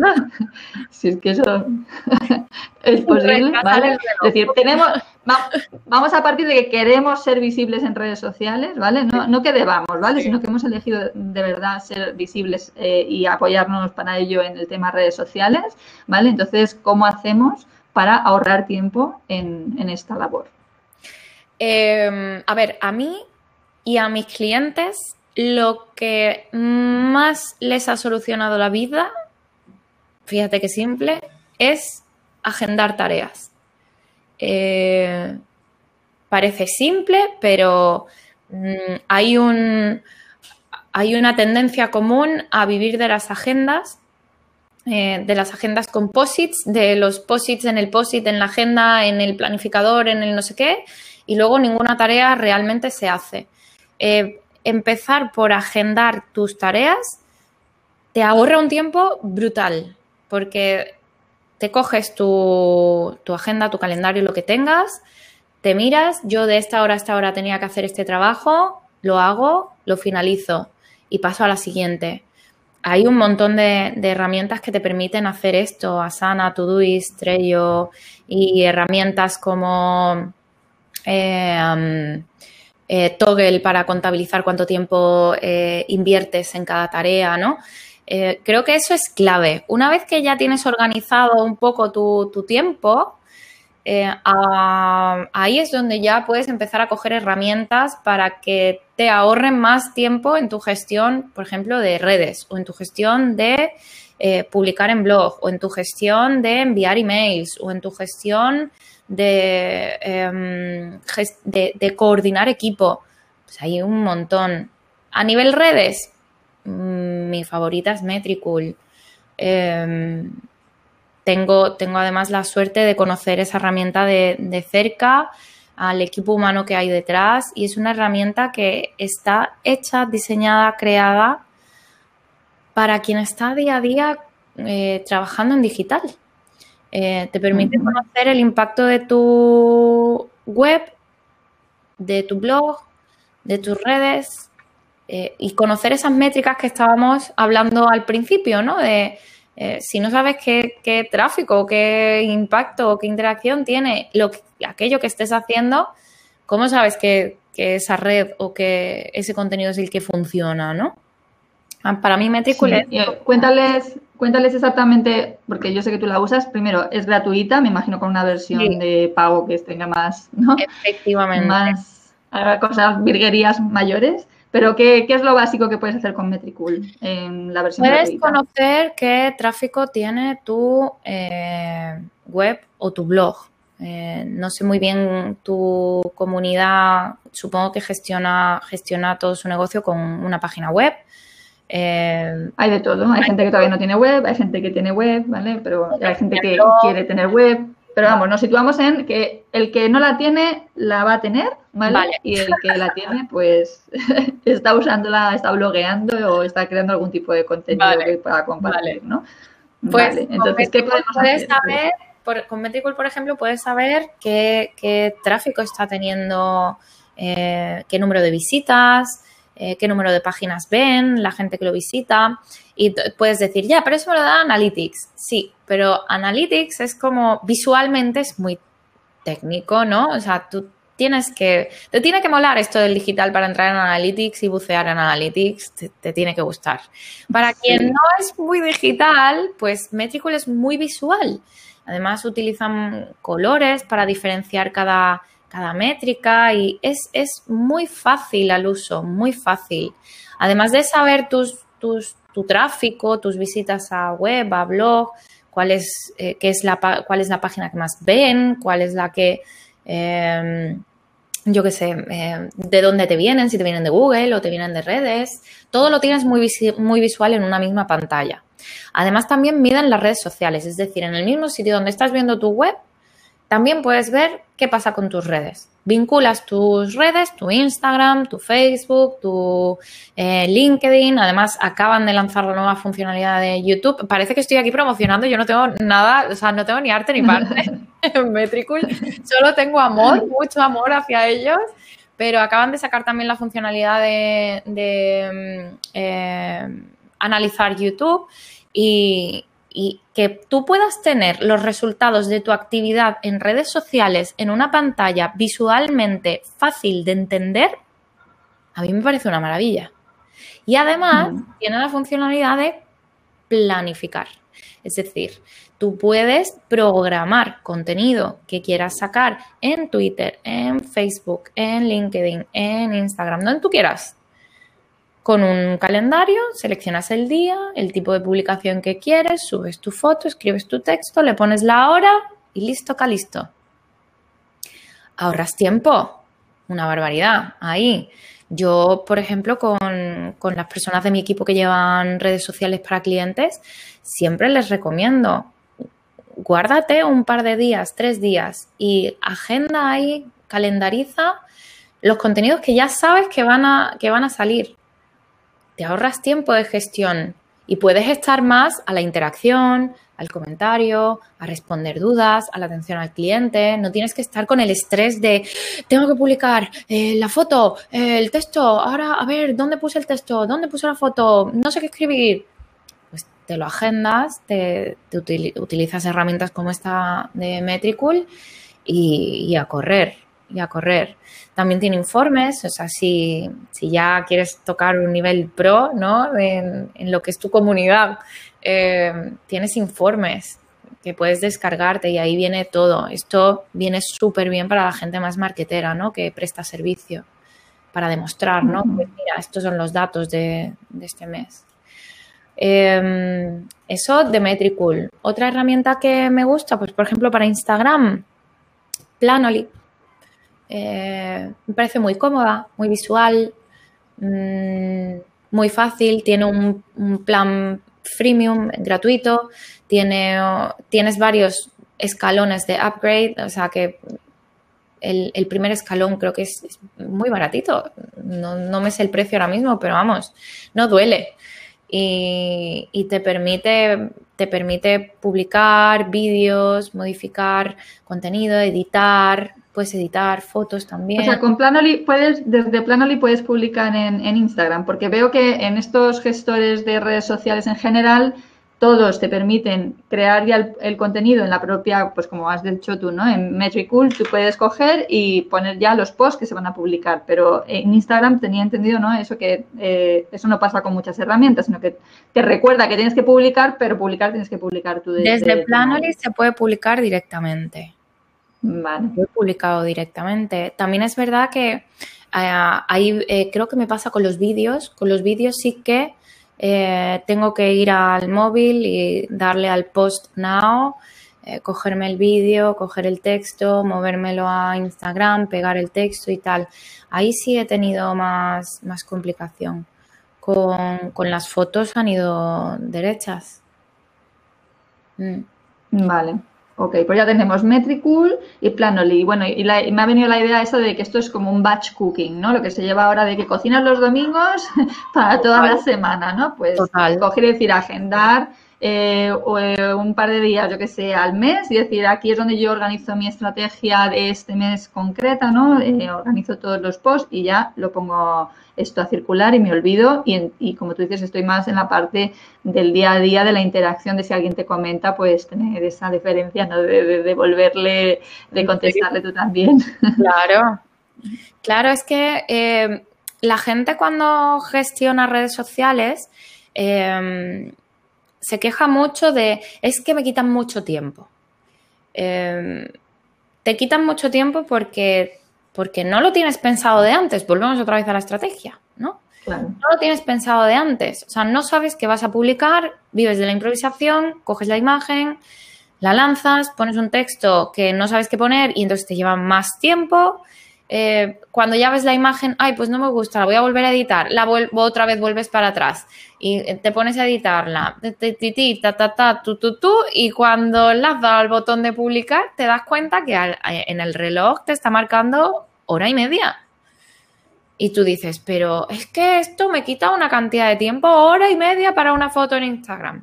Si es que eso es posible, ¿vale? Es decir, tenemos, va, vamos a partir de que queremos ser visibles en redes sociales, ¿vale? No, no que debamos, ¿vale? Sí. Sino que hemos elegido de verdad ser visibles eh, y apoyarnos para ello en el tema redes sociales, ¿vale? Entonces, ¿cómo hacemos para ahorrar tiempo en, en esta labor? Eh, a ver, a mí y a mis clientes lo que más les ha solucionado la vida, fíjate qué simple, es agendar tareas. Eh, parece simple, pero mm, hay, un, hay una tendencia común a vivir de las agendas, eh, de las agendas con posits, de los posits en el posit, en la agenda, en el planificador, en el no sé qué, y luego ninguna tarea realmente se hace. Eh, empezar por agendar tus tareas te ahorra un tiempo brutal, porque te coges tu, tu agenda, tu calendario, lo que tengas, te miras, yo de esta hora a esta hora tenía que hacer este trabajo, lo hago, lo finalizo y paso a la siguiente. Hay un montón de, de herramientas que te permiten hacer esto, Asana, Todoist, Trello y herramientas como... Eh, um, Eh, Toggle para contabilizar cuánto tiempo eh, inviertes en cada tarea, ¿no? Eh, creo que eso es clave. Una vez que ya tienes organizado un poco tu, tu tiempo, eh, a, ahí es donde ya puedes empezar a coger herramientas para que te ahorren más tiempo en tu gestión, por ejemplo, de redes o en tu gestión de eh, publicar en blog o en tu gestión de enviar emails o en tu gestión... De, eh, de, de coordinar equipo. Pues hay un montón. A nivel redes, mmm, mi favorita es Metricool. Eh, tengo, tengo además la suerte de conocer esa herramienta de, de cerca, al equipo humano que hay detrás, y es una herramienta que está hecha, diseñada, creada para quien está día a día eh, trabajando en digital. Eh, te permite conocer el impacto de tu web, de tu blog, de tus redes eh, y conocer esas métricas que estábamos hablando al principio, ¿no? De eh, si no sabes qué, qué tráfico, qué impacto o qué interacción tiene lo que, aquello que estés haciendo, ¿cómo sabes que, que esa red o que ese contenido es el que funciona, ¿no? Para mí Metricool sí. es... Eh, cuéntales, cuéntales exactamente, porque yo sé que tú la usas. Primero, es gratuita, me imagino con una versión Sí. de pago que tenga más, ¿no? Efectivamente. Más eh, cosas, virguerías mayores. Pero ¿qué, ¿qué es lo básico que puedes hacer con Metricool en la versión Puedes gratuita? conocer qué tráfico tiene tu eh, web o tu blog. Eh, no sé muy bien tu comunidad, supongo que gestiona, gestiona todo su negocio con una página web. Eh, hay de todo, hay, hay gente que todavía no tiene web, hay gente que tiene web, ¿vale? Pero hay gente que blog. quiere tener web. Pero vamos, nos situamos en que el que no la tiene, la va a tener, ¿vale? Vale. Y el que la tiene, pues está usándola, está blogueando o está creando algún tipo de contenido vale. que pueda compartir, vale. ¿no? Pues vale, entonces, ¿qué podemos puedes hacer? Saber, por, con Metricool, por ejemplo, puedes saber qué, qué tráfico está teniendo, eh, qué número de visitas, eh, qué número de páginas ven, la gente que lo visita. Y puedes decir, ya, pero eso me lo da Analytics. Sí, pero Analytics es como, visualmente es muy técnico, ¿no? O sea, tú tienes que, te tiene que molar esto del digital para entrar en Analytics y bucear en Analytics, te, te tiene que gustar. Para sí. quien no es muy digital, pues Metricool es muy visual. Además, utilizan colores para diferenciar cada, cada métrica y es, es muy fácil al uso, muy fácil. Además de saber tus, tus tu tráfico, tus visitas a web, a blog, cuál es, eh, qué es la, cuál es la página que más ven, cuál es la que, eh, yo qué sé, eh, de dónde te vienen, si te vienen de Google o te vienen de redes. Todo lo tienes muy, muy visual en una misma pantalla. Además, también miden las redes sociales, es decir, en el mismo sitio donde estás viendo tu web, también puedes ver qué pasa con tus redes. Vinculas tus redes, tu Instagram, tu Facebook, tu eh, LinkedIn. Además, acaban de lanzar la nueva funcionalidad de YouTube. Parece que estoy aquí promocionando. Yo no tengo nada, o sea, no tengo ni arte ni parte en Metricool. Solo tengo amor, mucho amor hacia ellos. Pero acaban de sacar también la funcionalidad de, de eh, analizar YouTube y... y que tú puedas tener los resultados de tu actividad en redes sociales en una pantalla visualmente fácil de entender, a mí me parece una maravilla. Y además mm. tiene la funcionalidad de planificar. Es decir, tú puedes programar contenido que quieras sacar en Twitter, en Facebook, en LinkedIn, en Instagram, donde tú quieras. Con un calendario, seleccionas el día, el tipo de publicación que quieres, subes tu foto, escribes tu texto, le pones la hora y listo, calisto. Ahorras tiempo, una barbaridad, ahí. Yo, por ejemplo, con, con las personas de mi equipo que llevan redes sociales para clientes, siempre les recomiendo, guárdate un par de días, tres días y agenda ahí, calendariza los contenidos que ya sabes que van a, que van a salir. Te ahorras tiempo de gestión y puedes estar más a la interacción, al comentario, a responder dudas, a la atención al cliente. No tienes que estar con el estrés de tengo que publicar eh, la foto, eh, el texto, ahora a ver, ¿dónde puse el texto? ¿Dónde puse la foto? No sé qué escribir. Pues te lo agendas, te, te util, utilizas herramientas como esta de Metricool y, y a correr, y a correr. También tiene informes, o sea, si, si ya quieres tocar un nivel pro, ¿no? En, en lo que es tu comunidad, eh, tienes informes que puedes descargarte y ahí viene todo. Esto viene súper bien para la gente más marketera, ¿no? Que presta servicio para demostrar, ¿no? Uh-huh. Pues mira, estos son los datos de, de este mes. Eh, eso de Metricool. Otra herramienta que me gusta, pues por ejemplo para Instagram, Planoly. Eh, me parece muy cómoda, muy visual, mmm, muy fácil, tiene un, un plan freemium gratuito, tiene, tienes varios escalones de upgrade, o sea que el, el primer escalón creo que es, es muy baratito, no, no me sé el precio ahora mismo, pero vamos, no duele. Y, y te permite, te permite publicar vídeos, modificar contenido, editar, puedes editar fotos también. O sea, con Planoly puedes, desde Planoly puedes publicar en, en Instagram, porque veo que en estos gestores de redes sociales en general todos te permiten crear ya el, el contenido en la propia, pues como has dicho tú, ¿no? En Metricool tú puedes coger y poner ya los posts que se van a publicar, pero en Instagram tenía entendido, ¿no? Eso que eh, eso no pasa con muchas herramientas, sino que te recuerda que tienes que publicar, pero publicar tienes que publicar tú. Desde, desde Planoly se puede publicar directamente. Vale. Lo he publicado directamente. También es verdad que eh, ahí eh, creo que me pasa con los vídeos. Con los vídeos sí que Eh, tengo que ir al móvil y darle al post now, eh, cogerme el vídeo, coger el texto, movérmelo a Instagram, pegar el texto y tal. Ahí sí he tenido más, más complicación. Con, con las fotos han ido derechas. Mm. Vale. Ok, pues ya tenemos Metricool y Planoly. Bueno, y, la, y me ha venido la idea esa de que esto es como un batch cooking, ¿no? Lo que se lleva ahora de que cocinas los domingos para toda Total. la semana, ¿no? Pues Total. coger y decir, agendar eh, un par de días, yo que sé, al mes y decir, aquí es donde yo organizo mi estrategia de este mes concreta, ¿no? Eh, organizo todos los posts y ya lo pongo esto a circular y me olvido y, y como tú dices, estoy más en la parte del día a día, de la interacción, de si alguien te comenta, pues tener esa deferencia, ¿no? De, de devolverle, de contestarle tú también. Claro, claro, es que eh, la gente cuando gestiona redes sociales eh, se queja mucho de, es que me quitan mucho tiempo. Eh, te quitan mucho tiempo porque... porque no lo tienes pensado de antes. Volvemos otra vez a la estrategia, ¿no? Claro. No lo tienes pensado de antes. O sea, no sabes qué vas a publicar, vives de la improvisación, coges la imagen, la lanzas, pones un texto que no sabes qué poner y entonces te lleva más tiempo. Eh, cuando ya ves la imagen, ay, pues no me gusta, la voy a volver a editar, la vuelvo otra vez, vuelves para atrás y te pones a editarla, ta, ta, ta, tu, tu, tu, y cuando le has dado al botón de publicar, te das cuenta que al, en el reloj te está marcando hora y media. Y tú dices, pero es que esto me quita una cantidad de tiempo, hora y media para una foto en Instagram.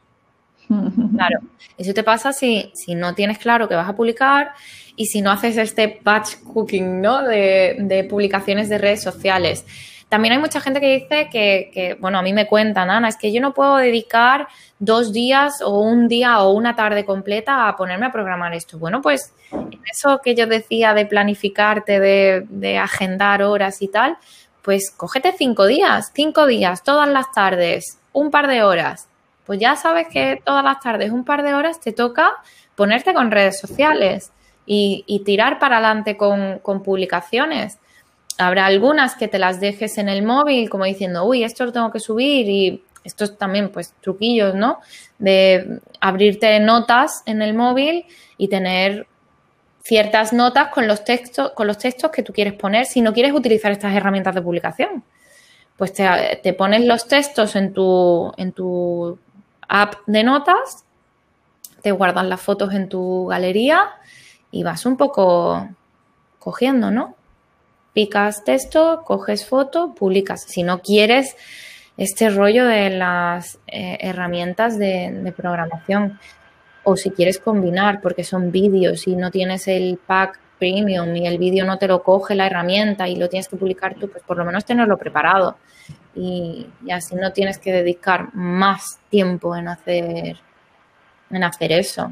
Claro, eso te pasa si, si no tienes claro que vas a publicar y si no haces este batch cooking, ¿no? de, de publicaciones de redes sociales. También hay mucha gente que dice que, que, bueno, a mí me cuentan, Ana, es que yo no puedo dedicar dos días o un día o una tarde completa a ponerme a programar esto. Bueno, pues en eso que yo decía de planificarte, de, de agendar horas y tal, pues cógete cinco días, cinco días, todas las tardes, un par de horas. Pues ya sabes que todas las tardes, un par de horas, te toca ponerte con redes sociales y, y tirar para adelante con, con publicaciones. Habrá algunas que te las dejes en el móvil como diciendo, uy, esto lo tengo que subir y estos también, pues, truquillos, ¿no? De abrirte notas en el móvil y tener ciertas notas con los textos, con los textos que tú quieres poner si no quieres utilizar estas herramientas de publicación. Pues te, te pones los textos en tu, en tu app de notas, te guardas las fotos en tu galería y vas un poco cogiendo, ¿no? Picas texto, coges foto, publicas. Si no quieres este rollo de las eh, herramientas de, de programación o si quieres combinar porque son vídeos y no tienes el pack premium y el vídeo no te lo coge la herramienta y lo tienes que publicar tú, pues por lo menos tenerlo preparado y, y así no tienes que dedicar más tiempo en hacer, en hacer eso.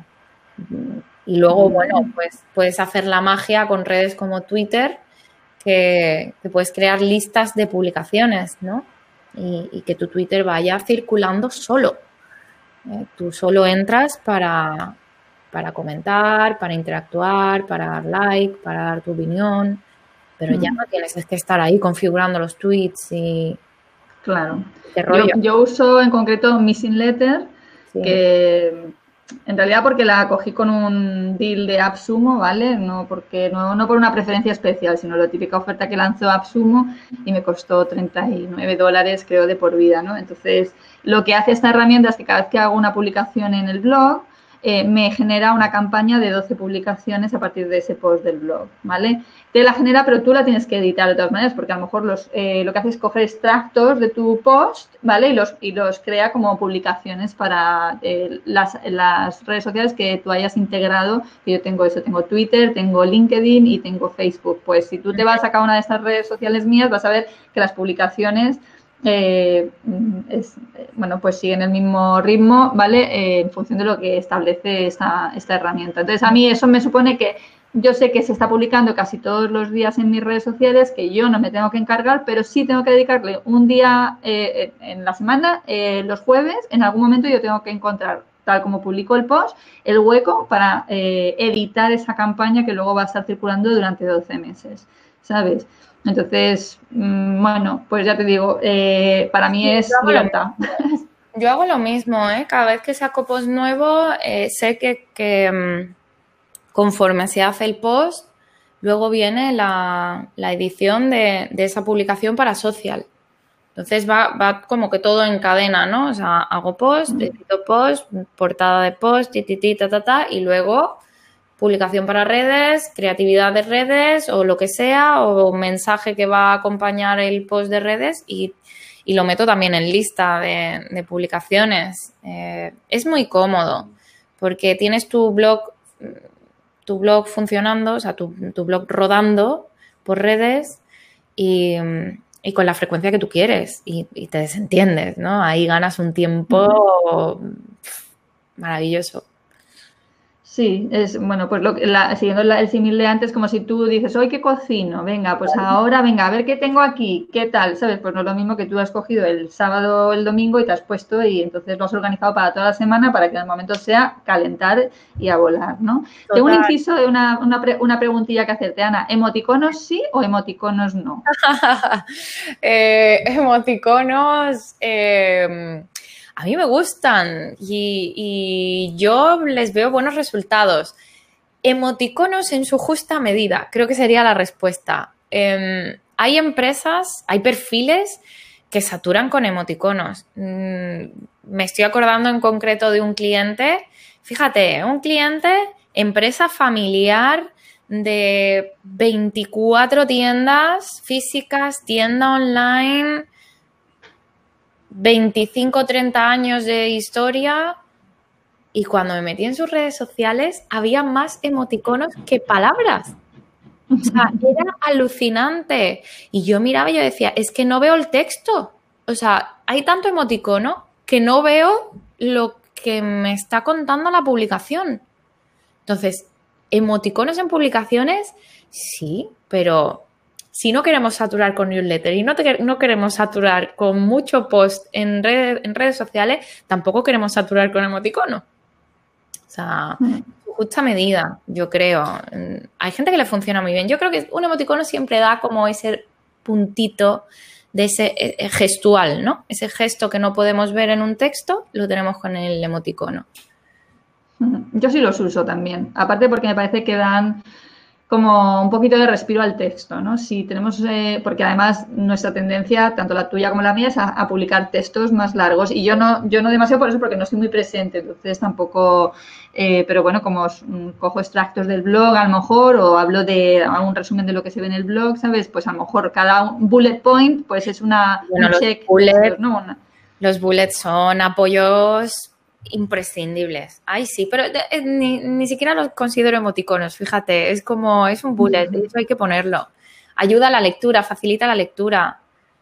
Y luego, bueno, pues puedes hacer la magia con redes como Twitter, que, que puedes crear listas de publicaciones, ¿no? Y, y que tu Twitter vaya circulando solo. Eh, tú solo entras para, para comentar, para interactuar, para dar like, para dar tu opinión, pero mm. ya no tienes que estar ahí configurando los tweets y... Claro. Yo, yo uso en concreto Missing Letter, sí. que... En realidad porque la cogí con un deal de AppSumo, ¿vale? No porque no, no por una preferencia especial, sino la típica oferta que lanzó AppSumo y me costó treinta y nueve dólares, creo, de por vida, ¿no? Entonces, lo que hace esta herramienta es que cada vez que hago una publicación en el blog, eh, me genera una campaña de doce publicaciones a partir de ese post del blog, ¿vale? Te la genera, pero tú la tienes que editar de todas maneras, porque a lo mejor los, eh, lo que hace es coger extractos de tu post, ¿vale? Y los, y los crea como publicaciones para eh, las, las redes sociales que tú hayas integrado. Que yo tengo eso, tengo Twitter, tengo LinkedIn y tengo Facebook. Pues si tú te vas a cada una de estas redes sociales mías, vas a ver que las publicaciones eh, es, bueno, pues siguen el mismo ritmo, ¿vale? Eh, en función de lo que establece esta, esta herramienta. Entonces, a mí eso me supone que yo sé que se está publicando casi todos los días en mis redes sociales, que yo no me tengo que encargar, pero sí tengo que dedicarle un día eh, en la semana, eh, los jueves, en algún momento yo tengo que encontrar, tal como publico el post, el hueco para eh, editar esa campaña que luego va a estar circulando durante doce meses, ¿sabes? Entonces, mmm, bueno, pues ya te digo, eh, para mí sí, es libertad. Yo hago lo mismo, ¿eh? Cada vez que saco post nuevo, eh, sé que, que um, conforme se hace el post, luego viene la, la edición de, de esa publicación para social. Entonces va, va como que todo en cadena, ¿no? O sea, hago post, edito post, portada de post, ti, ti, ti, ta, ta, ta, y luego publicación para redes, creatividad de redes o lo que sea, o un mensaje que va a acompañar el post de redes y, y lo meto también en lista de, de publicaciones. Eh, es muy cómodo porque tienes tu blog, tu blog funcionando, o sea, tu, tu blog rodando por redes y... y con la frecuencia que tú quieres y, y te desentiendes, ¿no? Ahí ganas un tiempo maravilloso. Sí, es bueno, pues lo, la, siguiendo la, el símil de antes, como si tú dices, hoy que cocino, venga, pues ahora, venga, a ver qué tengo aquí, qué tal, ¿sabes? Pues no es lo mismo que tú has cogido el sábado o el domingo y te has puesto y entonces lo has organizado para toda la semana para que en el momento sea calentar y a volar, ¿no? Total. Tengo un inciso de una, una, pre, una preguntilla que hacerte, Ana, ¿emoticonos sí o emoticonos no? eh, emoticonos... Eh... A mí me gustan y, y yo les veo buenos resultados. Emoticonos en su justa medida, creo que sería la respuesta. Eh, hay empresas, hay perfiles que saturan con emoticonos. Mm, me estoy acordando en concreto de un cliente, fíjate, un cliente, empresa familiar de veinticuatro tiendas físicas, tienda online... veinticinco, treinta años de historia y cuando me metí en sus redes sociales había más emoticonos que palabras. O sea, era alucinante. Y yo miraba y yo decía, es que no veo el texto. O sea, hay tanto emoticono que no veo lo que me está contando la publicación. Entonces, emoticonos en publicaciones, sí, pero... si no queremos saturar con newsletter y no, te, no queremos saturar con mucho post en, red, en redes sociales, tampoco queremos saturar con emoticono. O sea, mm. justa medida, yo creo. Hay gente que le funciona muy bien. Yo creo que un emoticono siempre da como ese puntito de ese eh, gestual, ¿no? Ese gesto que no podemos ver en un texto, lo tenemos con el emoticono. Yo sí los uso también. Aparte porque me parece que dan... como un poquito de respiro al texto, ¿no? Si tenemos, eh, porque además nuestra tendencia, tanto la tuya como la mía, es a, a publicar textos más largos y yo no, yo no demasiado por eso porque no estoy muy presente, entonces tampoco, eh, pero bueno, como os, mm, cojo extractos del blog a lo mejor o hablo de algún resumen de lo que se ve en el blog, ¿sabes? Pues a lo mejor cada bullet point pues es una, bueno, un los check. Bullet, ¿no? Una... Los bullets son apoyos imprescindibles. Ay, sí, pero eh, ni, ni siquiera los considero emoticonos, fíjate, es como, es un bullet, uh-huh. Eso hay que ponerlo. Ayuda a la lectura, facilita la lectura.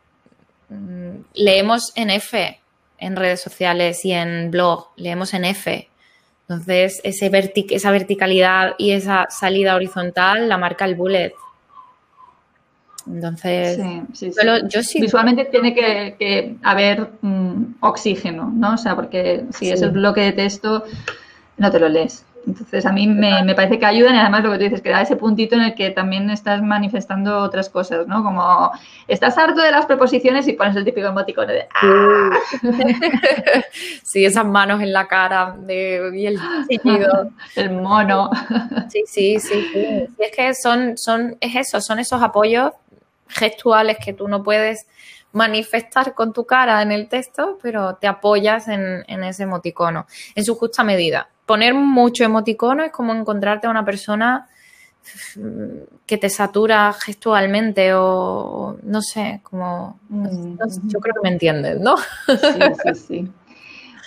Leemos en F en redes sociales y en blog, leemos en F. Entonces, ese vertic- esa verticalidad y esa salida horizontal la marca el bullet. Entonces, sí, sí, sí. Yo, yo sí. Visualmente tiene que, que haber um, oxígeno, ¿no? O sea, porque si sí. es el bloque de texto, no te lo lees. Entonces, a mí me, me parece que ayudan y además lo que tú dices, que da ese puntito en el que también estás manifestando otras cosas, ¿no? Como, estás harto de las preposiciones y pones el típico emoticono de ¡ah! Sí, esas manos en la cara de, y el chillido. El mono. Sí, sí, sí, sí. Y es que son, son, es eso, son esos apoyos gestuales que tú no puedes manifestar con tu cara en el texto, pero te apoyas en, en ese emoticono, en su justa medida. Poner mucho emoticono es como encontrarte a una persona que te satura gestualmente o no sé, como... Mm. No sé, yo creo que me entiendes, ¿no? Sí, sí, sí.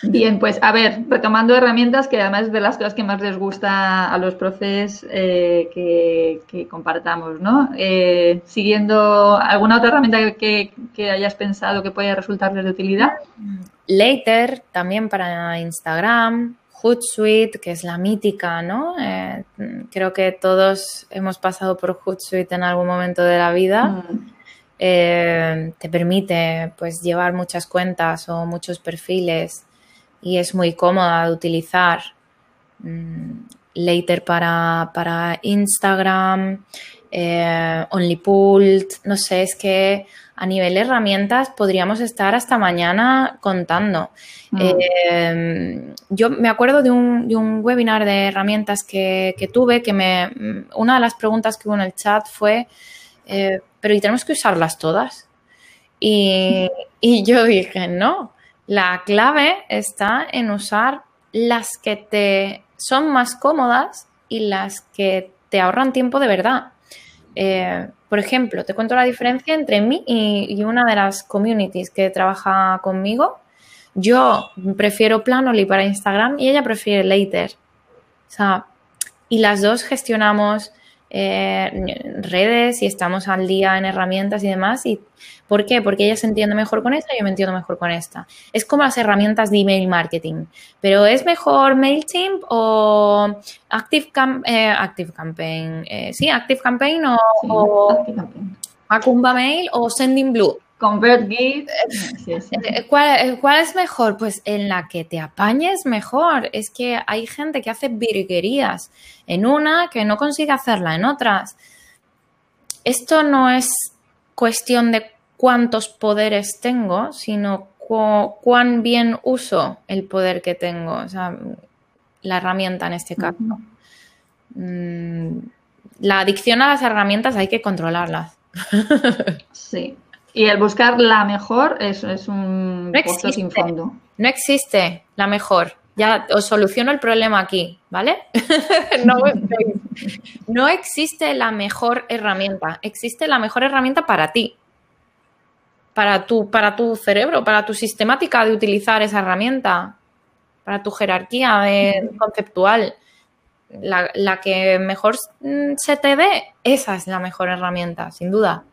Bien, pues a ver, retomando herramientas, que además es de las cosas que más les gusta a los profes eh, que, que compartamos, ¿no? Eh, siguiendo alguna otra herramienta que, que hayas pensado que pueda resultarles de utilidad. Later, también para Instagram. Hootsuite, que es la mítica, ¿no? Eh, creo que todos hemos pasado por Hootsuite en algún momento de la vida. Mm. Eh, te permite, pues, llevar muchas cuentas o muchos perfiles y es muy cómoda de utilizar. Mm, Later para, para Instagram, eh, Onlypool, no sé, es que a nivel de herramientas podríamos estar hasta mañana contando. Mm. Eh, yo me acuerdo de un, de un webinar de herramientas que, que tuve, que me, una de las preguntas que hubo en el chat fue, eh, pero ¿y tenemos que usarlas todas? Y, y yo dije, no, la clave está en usar las que te son más cómodas y las que te ahorran tiempo de verdad. Eh, por ejemplo, te cuento la diferencia entre mí y, y una de las communities que trabaja conmigo. Yo prefiero Planoly para Instagram y ella prefiere Later. O sea, y las dos gestionamos eh, redes y estamos al día en herramientas y demás. ¿Y por qué? Porque ella se entiende mejor con esta y yo me entiendo mejor con esta. Es como las herramientas de email marketing. Pero ¿es mejor MailChimp o Active, Cam eh, Active Campaign? Eh, sí, Active Campaign o, sí, o Active Campaign. Macumba Mail o Sendinblue. ConvertGit. Sí, sí. ¿Cuál, ¿Cuál es mejor? Pues en la que te apañes mejor. Es que hay gente que hace virguerías en una que no consigue hacerla en otras. Esto no es cuestión de cuántos poderes tengo, sino cu cuán bien uso el poder que tengo. O sea, la herramienta en este caso. Uh-huh. La adicción a las herramientas hay que controlarlas. Sí. Y el buscar la mejor es, es un no pozo sin fondo. No existe la mejor. Ya os soluciono el problema aquí, ¿vale? no, no existe la mejor herramienta. Existe la mejor herramienta para ti. Para tu, para tu cerebro, para tu sistemática de utilizar esa herramienta. Para tu jerarquía de, conceptual. La, la que mejor se te dé, esa es la mejor herramienta, sin duda.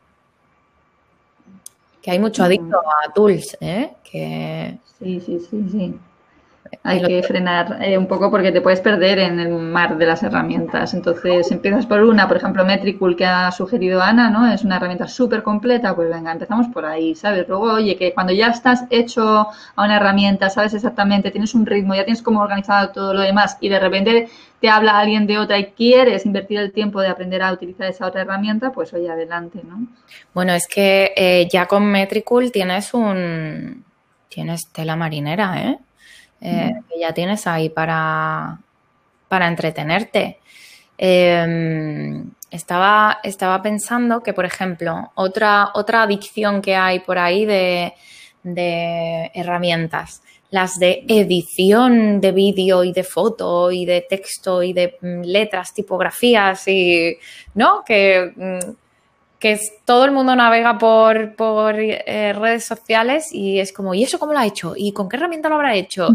Que hay mucho adicto a tools, ¿eh? Que... Sí, sí, sí, sí. Hay que frenar eh, un poco porque te puedes perder en el mar de las herramientas. Entonces, empiezas por una, por ejemplo, Metricool que ha sugerido Ana, ¿no? Es una herramienta súper completa, pues venga, empezamos por ahí, ¿sabes? Luego, oye, que cuando ya estás hecho a una herramienta, sabes exactamente, tienes un ritmo, ya tienes como organizado todo lo demás y de repente te habla alguien de otra y quieres invertir el tiempo de aprender a utilizar esa otra herramienta, pues oye, adelante, ¿no? Bueno, es que eh, ya con Metricool tienes un... tienes tela marinera, ¿eh? Eh, que ya tienes ahí para, para entretenerte. Eh, estaba, estaba pensando que, por ejemplo, otra, otra adicción que hay por ahí de, de herramientas, las de edición de vídeo y de foto y de texto y de letras, tipografías y, ¿no? Que... que todo el mundo navega por, por eh, redes sociales y es como, ¿y eso cómo lo ha hecho? ¿Y con qué herramienta lo habrá hecho?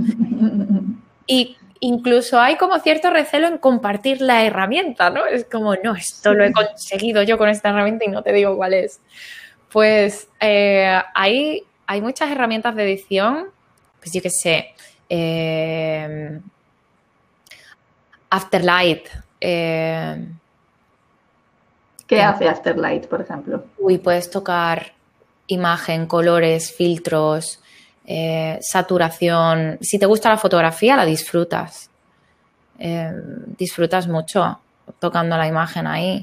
Y incluso hay como cierto recelo en compartir la herramienta, ¿no? Es como, no, esto lo he conseguido yo con esta herramienta y no te digo cuál es. Pues eh, hay, hay muchas herramientas de edición, pues yo qué sé, eh, Afterlight, eh, ¿Qué hace Afterlight, por ejemplo? Uy, puedes tocar imagen, colores, filtros, eh, saturación. Si te gusta la fotografía, la disfrutas. Eh, disfrutas mucho tocando la imagen ahí.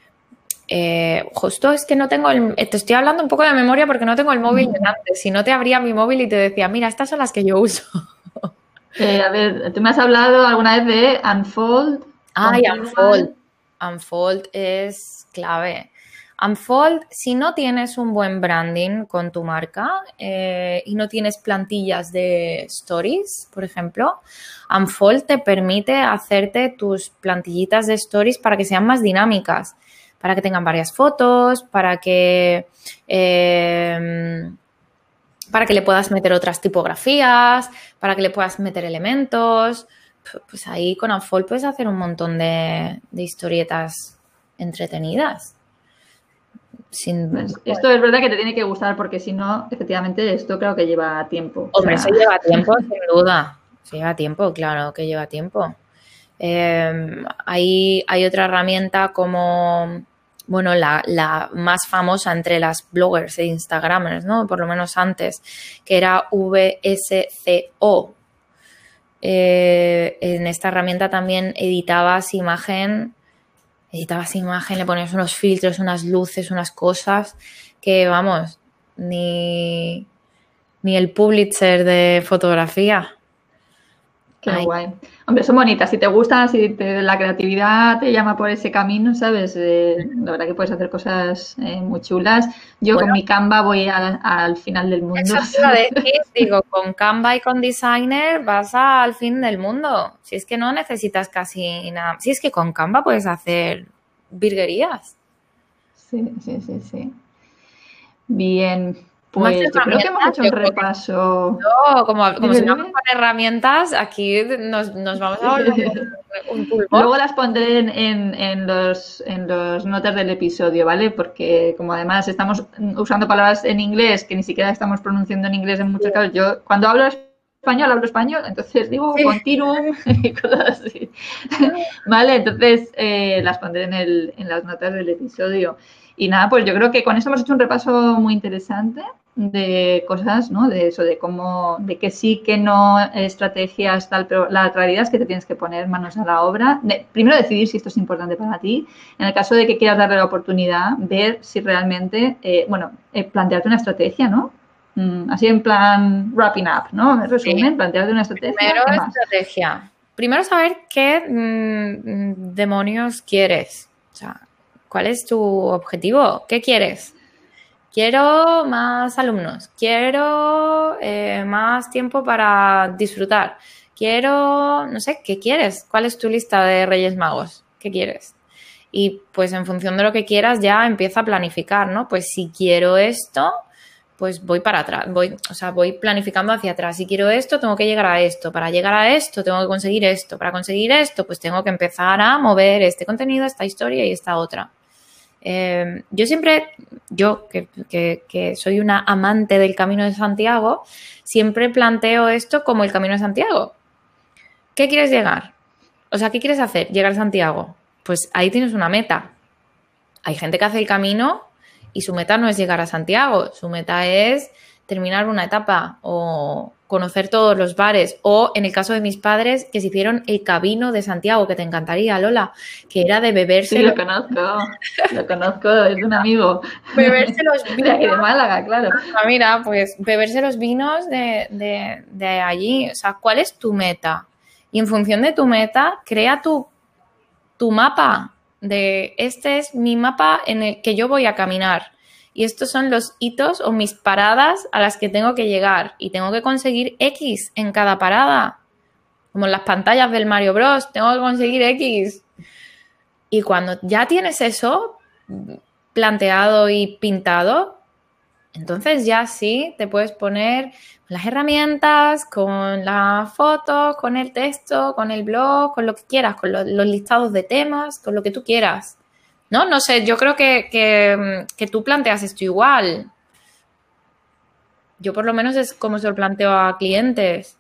Eh, justo es que no tengo el... Te estoy hablando un poco de memoria porque no tengo el móvil delante. Si no, te abría mi móvil y te decía, mira, estas son las que yo uso. Eh, a ver, tú me has hablado alguna vez de Unfold. Ay, Unfold. Unfold es clave. Unfold, si no tienes un buen branding con tu marca eh, y no tienes plantillas de stories, por ejemplo, Unfold te permite hacerte tus plantillitas de stories para que sean más dinámicas, para que tengan varias fotos, para que, eh, para que le puedas meter otras tipografías, para que le puedas meter elementos. Pues ahí con Unfold puedes hacer un montón de, de historietas entretenidas. Sin... Pues esto es verdad que te tiene que gustar porque si no, efectivamente, esto creo que lleva tiempo. Hombre, o sea... eso lleva tiempo, sin duda. Se lleva tiempo, claro que lleva tiempo. Eh, hay, hay otra herramienta como, bueno, la, la más famosa entre las bloggers e instagramers, ¿no? Por lo menos antes, que era V S C O. Eh, en esta herramienta también editabas imagen, editabas imagen, le ponías unos filtros, unas luces, unas cosas que, vamos, ni, ni el Pulitzer de fotografía. Qué Ay. guay. Hombre, son bonitas. Si te gustan, si te, la creatividad te llama por ese camino, ¿sabes? Eh, la verdad que puedes hacer cosas eh, muy chulas. Yo bueno, con mi Canva voy a, a, al final del mundo. Eso te iba a decir, digo, con Canva y con Designer vas a, al fin del mundo. Si es que no necesitas casi nada. Si es que con Canva puedes hacer virguerías. Sí, sí, sí, sí. Bien. Pues yo creo que hemos hecho un repaso. No, como, como si no con herramientas, aquí nos, nos vamos a volver un pulpo. Luego las pondré en, en, en, los, en los notas del episodio, ¿vale? Porque como además estamos usando palabras en inglés que ni siquiera estamos pronunciando en inglés en muchos casos, yo cuando hablo español, hablo español, entonces digo sí. continuum y cosas así. Vale, entonces eh, las pondré en, el, en las notas del episodio. Y nada, pues yo creo que con esto hemos hecho un repaso muy interesante de cosas, ¿no? De eso, de cómo, de que sí, que no, estrategias, tal, pero la realidad es que te tienes que poner manos a la obra. De, primero decidir si esto es importante para ti. En el caso de que quieras darle la oportunidad, ver si realmente, eh, bueno, eh, plantearte una estrategia, ¿no? Mm, así en plan wrapping up, ¿no? En resumen, sí. plantearte una estrategia. Primero estrategia. Primero saber qué mmm, demonios quieres. O sea, ¿cuál es tu objetivo? ¿Qué quieres? Quiero más alumnos, quiero eh, más tiempo para disfrutar, quiero, no sé, ¿qué quieres? ¿Cuál es tu lista de Reyes Magos? ¿Qué quieres? Y pues en función de lo que quieras ya empieza a planificar, ¿no? Pues si quiero esto, pues voy para atrás, voy, o sea, voy planificando hacia atrás. Si quiero esto, tengo que llegar a esto. Para llegar a esto, tengo que conseguir esto. Para conseguir esto, pues tengo que empezar a mover este contenido, esta historia y esta otra. Eh, yo siempre, yo que, que, que soy una amante del Camino de Santiago, siempre planteo esto como el Camino de Santiago. ¿Qué quieres llegar? O sea, ¿qué quieres hacer? Llegar a Santiago. Pues ahí tienes una meta. Hay gente que hace el camino y su meta no es llegar a Santiago, su meta es terminar una etapa o conocer todos los bares, o en el caso de mis padres que se hicieron el Camino de Santiago, que te encantaría, Lola, que era de beberse... Sí, lo conozco, lo conozco, es de un amigo. Beberse los vinos... De aquí de Málaga, claro. Ah, mira, pues beberse los vinos de, de, de allí. O sea, ¿cuál es tu meta? Y en función de tu meta, crea tu, tu mapa de este es mi mapa en el que yo voy a caminar. Y estos son los hitos o mis paradas a las que tengo que llegar. Y tengo que conseguir X en cada parada. Como en las pantallas del Mario Bros. Tengo que conseguir X. Y cuando ya tienes eso planteado y pintado, entonces ya sí te puedes poner las herramientas, con las fotos, con el texto, con el blog, con lo que quieras, con lo, los listados de temas, con lo que tú quieras. No, no sé, yo creo que, que, que tú planteas esto igual. Yo por lo menos es como se lo planteo a clientes.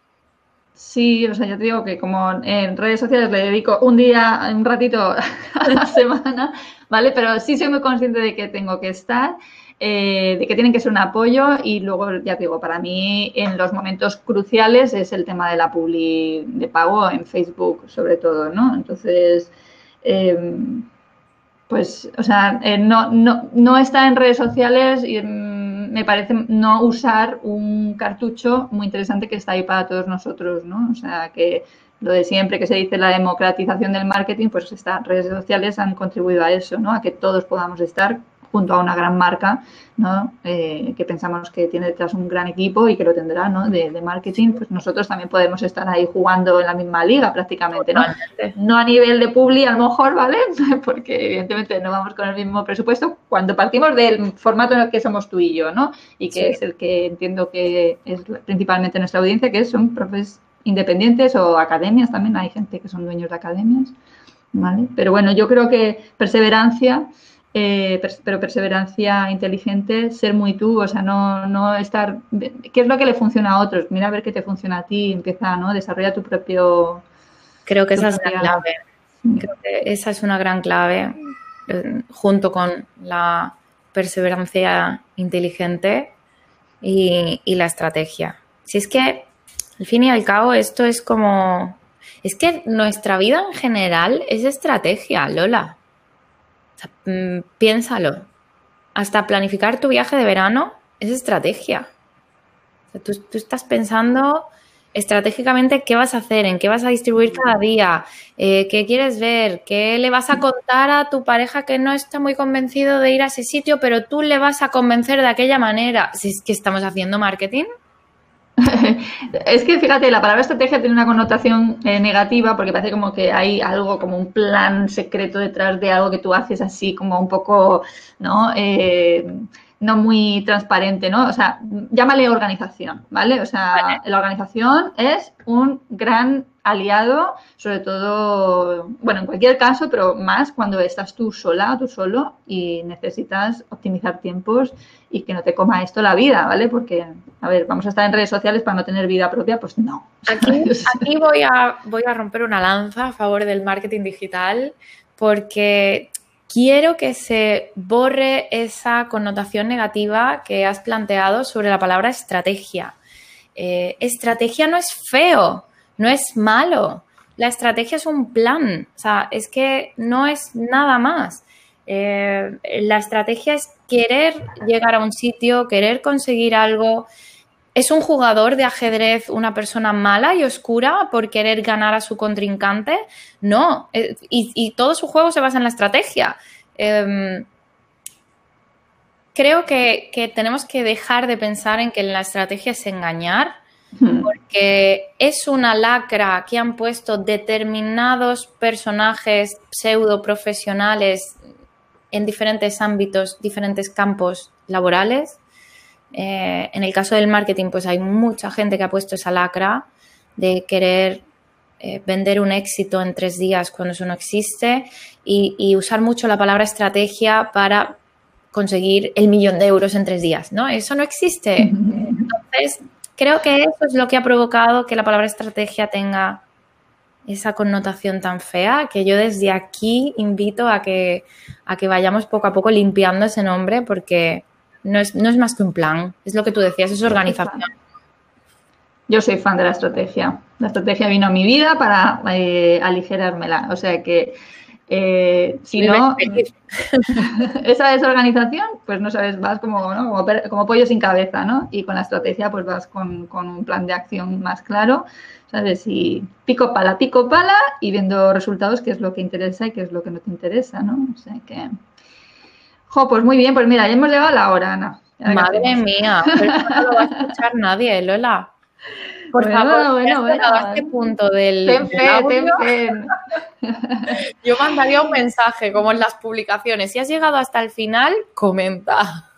Sí, o sea, yo te digo que como en redes sociales le dedico un día, un ratito a la semana, ¿vale? Pero sí soy muy consciente de que tengo que estar, eh, de que tienen que ser un apoyo y luego, ya te digo, para mí en los momentos cruciales es el tema de la publi de pago en Facebook, sobre todo, ¿no? Entonces... Eh, Pues, o sea, eh, no, no, no está en redes sociales y mm, me parece no usar un cartucho muy interesante que está ahí para todos nosotros, ¿no? O sea, que lo de siempre que se dice la democratización del marketing, pues estas redes sociales han contribuido a eso, ¿no? A que todos podamos estar junto a una gran marca, ¿no? Eh, que pensamos que tiene detrás un gran equipo y que lo tendrá, ¿no? de, de marketing, pues nosotros también podemos estar ahí jugando en la misma liga prácticamente, ¿no? No a nivel de publi a lo mejor, ¿vale? Porque evidentemente no vamos con el mismo presupuesto cuando partimos del formato en el que somos tú y yo, ¿no? Y que sí. es el que entiendo que es principalmente nuestra audiencia, que son profes independientes o academias también, hay gente que son dueños de academias, ¿vale? Pero bueno, yo creo que perseverancia... Eh, pers pero perseverancia inteligente, ser muy tú, o sea, no, no estar... ¿Qué es lo que le funciona a otros? Mira a ver qué te funciona a ti, empieza, ¿no? Desarrolla tu propio... Creo que esa propia... es la clave. Creo que esa es una gran clave, eh, junto con la perseverancia inteligente y, y la estrategia. Si es que, al fin y al cabo, esto es como... Es que nuestra vida en general es estrategia, Lola. O sea, mmm, piénsalo. Hasta planificar tu viaje de verano es estrategia. O sea, tú, tú estás pensando estratégicamente qué vas a hacer, en qué vas a distribuir cada día, eh, qué quieres ver, qué le vas a contar a tu pareja que no está muy convencido de ir a ese sitio, pero tú le vas a convencer de aquella manera. Si es que estamos haciendo marketing. Es que fíjate, la palabra estrategia tiene una connotación eh, negativa porque parece como que hay algo, como un plan secreto detrás de algo que tú haces así como un poco, ¿no? Eh, no muy transparente, ¿no? O sea, llámale organización, ¿vale? O sea, vale. La organización es un gran aliado, sobre todo, bueno, en cualquier caso, pero más cuando estás tú sola, tú solo y necesitas optimizar tiempos y que no te coma esto la vida, ¿vale? Porque, a ver, vamos a estar en redes sociales para no tener vida propia, pues no. Aquí, aquí voy a, voy a romper una lanza a favor del marketing digital porque quiero que se borre esa connotación negativa que has planteado sobre la palabra estrategia. Eh, estrategia no es feo, no es malo. La estrategia es un plan, o sea, es que no es nada más. Eh, la estrategia es querer llegar a un sitio, querer conseguir algo. ¿Es un jugador de ajedrez una persona mala y oscura por querer ganar a su contrincante? No, eh, y, y todo su juego se basa en la estrategia. Eh, creo que, que tenemos que dejar de pensar en que la estrategia es engañar, porque es una lacra que han puesto determinados personajes pseudo profesionales en diferentes ámbitos, diferentes campos laborales. Eh, en el caso del marketing, pues hay mucha gente que ha puesto esa lacra de querer eh, vender un éxito en tres días cuando eso no existe y, y usar mucho la palabra estrategia para conseguir el millón de euros en tres días, ¿no? Eso no existe. Entonces, creo que eso es lo que ha provocado que la palabra estrategia tenga esa connotación tan fea, que yo desde aquí invito a que, a que vayamos poco a poco limpiando ese nombre, porque no es, no es más que un plan, es lo que tú decías, es organización. Yo soy fan de la estrategia. La estrategia vino a mi vida para eh, aligerármela, o sea que eh, si no, esa desorganización, pues no sabes, vas como, ¿no? como, como pollo sin cabeza, ¿no? Y con la estrategia pues vas con, con un plan de acción más claro, ¿sabes? Y pico pala, pico pala y viendo resultados, qué es lo que interesa y qué es lo que no te interesa, ¿no? O sea que... Jo, pues muy bien, pues mira, ya hemos llegado a la hora, Ana. Madre mía, pero no lo va a escuchar nadie, Lola. Por bueno, favor, bueno, bueno, a este punto del, ten fe, del audio, ten fe. Yo mandaría un mensaje como en las publicaciones. Si has llegado hasta el final, comenta.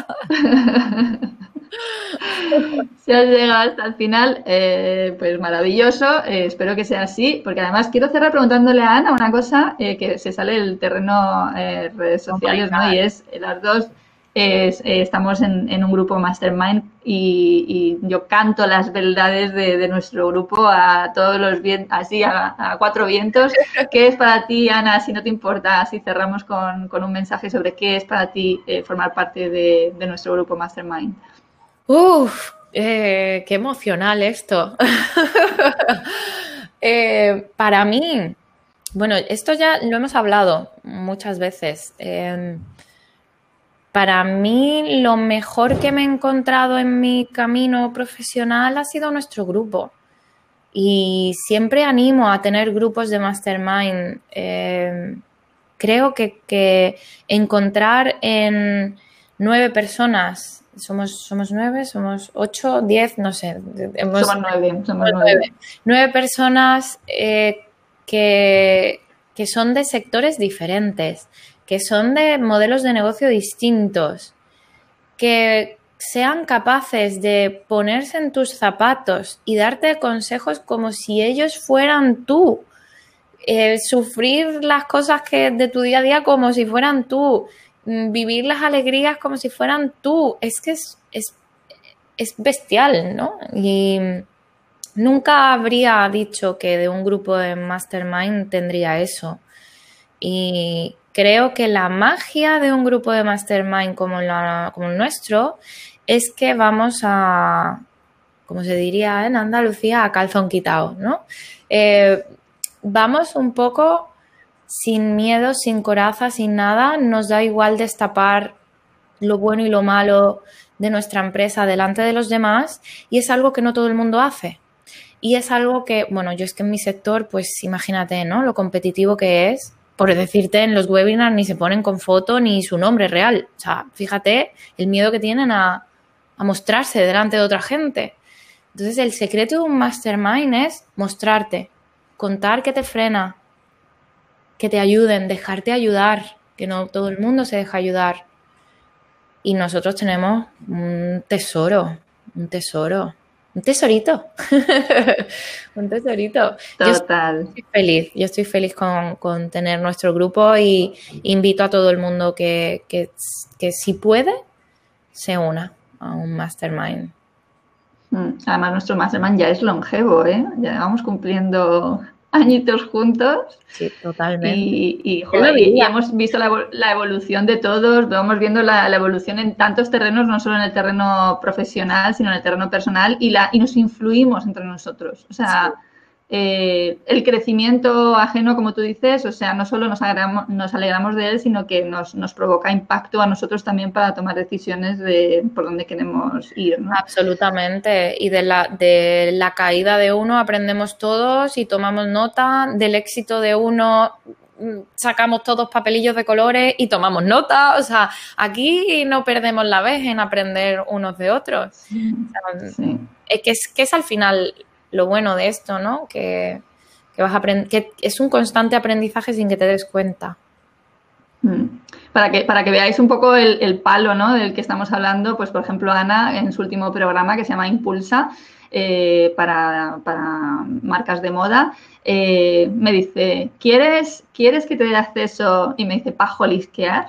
Si has llegado hasta el final, eh, pues maravilloso. Eh, espero que sea así, porque además quiero cerrar preguntándole a Ana una cosa eh, que se sale del terreno eh, redes sociales, oh ¿no? Y es eh, las dos. Es, eh, estamos en, en un grupo Mastermind y, y yo canto las verdades de, de nuestro grupo a todos los vientos, así a, a cuatro vientos. ¿Qué es para ti, Ana, si no te importa, si cerramos con, con un mensaje sobre qué es para ti eh, formar parte de, de nuestro grupo Mastermind? Uf, eh, qué emocional esto. eh, para mí, bueno, esto ya lo hemos hablado muchas veces. Eh, Para mí, lo mejor que me he encontrado en mi camino profesional ha sido nuestro grupo. Y siempre animo a tener grupos de Mastermind. Eh, creo que, que encontrar en nueve personas, somos, somos nueve, somos ocho, diez, no sé. Hemos, somos nueve, somos nueve. Nueve, nueve personas eh, que, que son de sectores diferentes, que son de modelos de negocio distintos, que sean capaces de ponerse en tus zapatos y darte consejos como si ellos fueran tú. Eh, sufrir las cosas que de tu día a día como si fueran tú, vivir las alegrías como si fueran tú, es que es, es, es bestial, ¿no? Y nunca habría dicho que de un grupo de Mastermind tendría eso. Y creo que la magia de un grupo de Mastermind como, la, como el nuestro es que vamos a, como se diría en Andalucía, a calzón quitado, ¿no? Eh, vamos un poco sin miedo, sin coraza, sin nada. Nos da igual destapar lo bueno y lo malo de nuestra empresa delante de los demás y es algo que no todo el mundo hace. Y es algo que, bueno, yo es que en mi sector, pues imagínate, ¿no? Lo competitivo que es. Por decirte, en los webinars ni se ponen con foto ni su nombre real. O sea, fíjate el miedo que tienen a, a mostrarse delante de otra gente. Entonces, el secreto de un mastermind es mostrarte, contar que te frena, que te ayuden, dejarte ayudar, que no todo el mundo se deja ayudar. Y nosotros tenemos un tesoro, un tesoro. Un tesorito. Un tesorito. Total. Yo estoy feliz. Yo estoy feliz con, con tener nuestro grupo y invito a todo el mundo que, que, que si puede, se una a un mastermind. Además, nuestro mastermind ya es longevo, ¿eh? Ya vamos cumpliendo añitos juntos. Sí, totalmente. Y, y, joder, y, y hemos visto la, la evolución de todos, vamos viendo la, la evolución en tantos terrenos, no solo en el terreno profesional, sino en el terreno personal, y, la, y nos influimos entre nosotros. O sea, sí. eh, el crecimiento ajeno, como tú dices, o sea, no solo nos alegramos, nos alegramos de él, sino que nos, nos provoca impacto a nosotros también para tomar decisiones de por dónde queremos ir, ¿no? Absolutamente. Y de la, de la caída de uno aprendemos todos y tomamos nota, del éxito de uno sacamos todos papelillos de colores y tomamos nota. O sea, aquí no perdemos la vez en aprender unos de otros. Sí, o sea, sí. Es que es, que es al final lo bueno de esto, ¿no? Que, que vas a aprender, que es un constante aprendizaje sin que te des cuenta. Para que, para que veáis un poco el, el palo, ¿no? Del que estamos hablando, pues por ejemplo Ana en su último programa que se llama Impulsa, eh, para, para marcas de moda, eh, me dice, ¿quieres, ¿quieres que te dé acceso? Y me dice, ¿para jolisquear?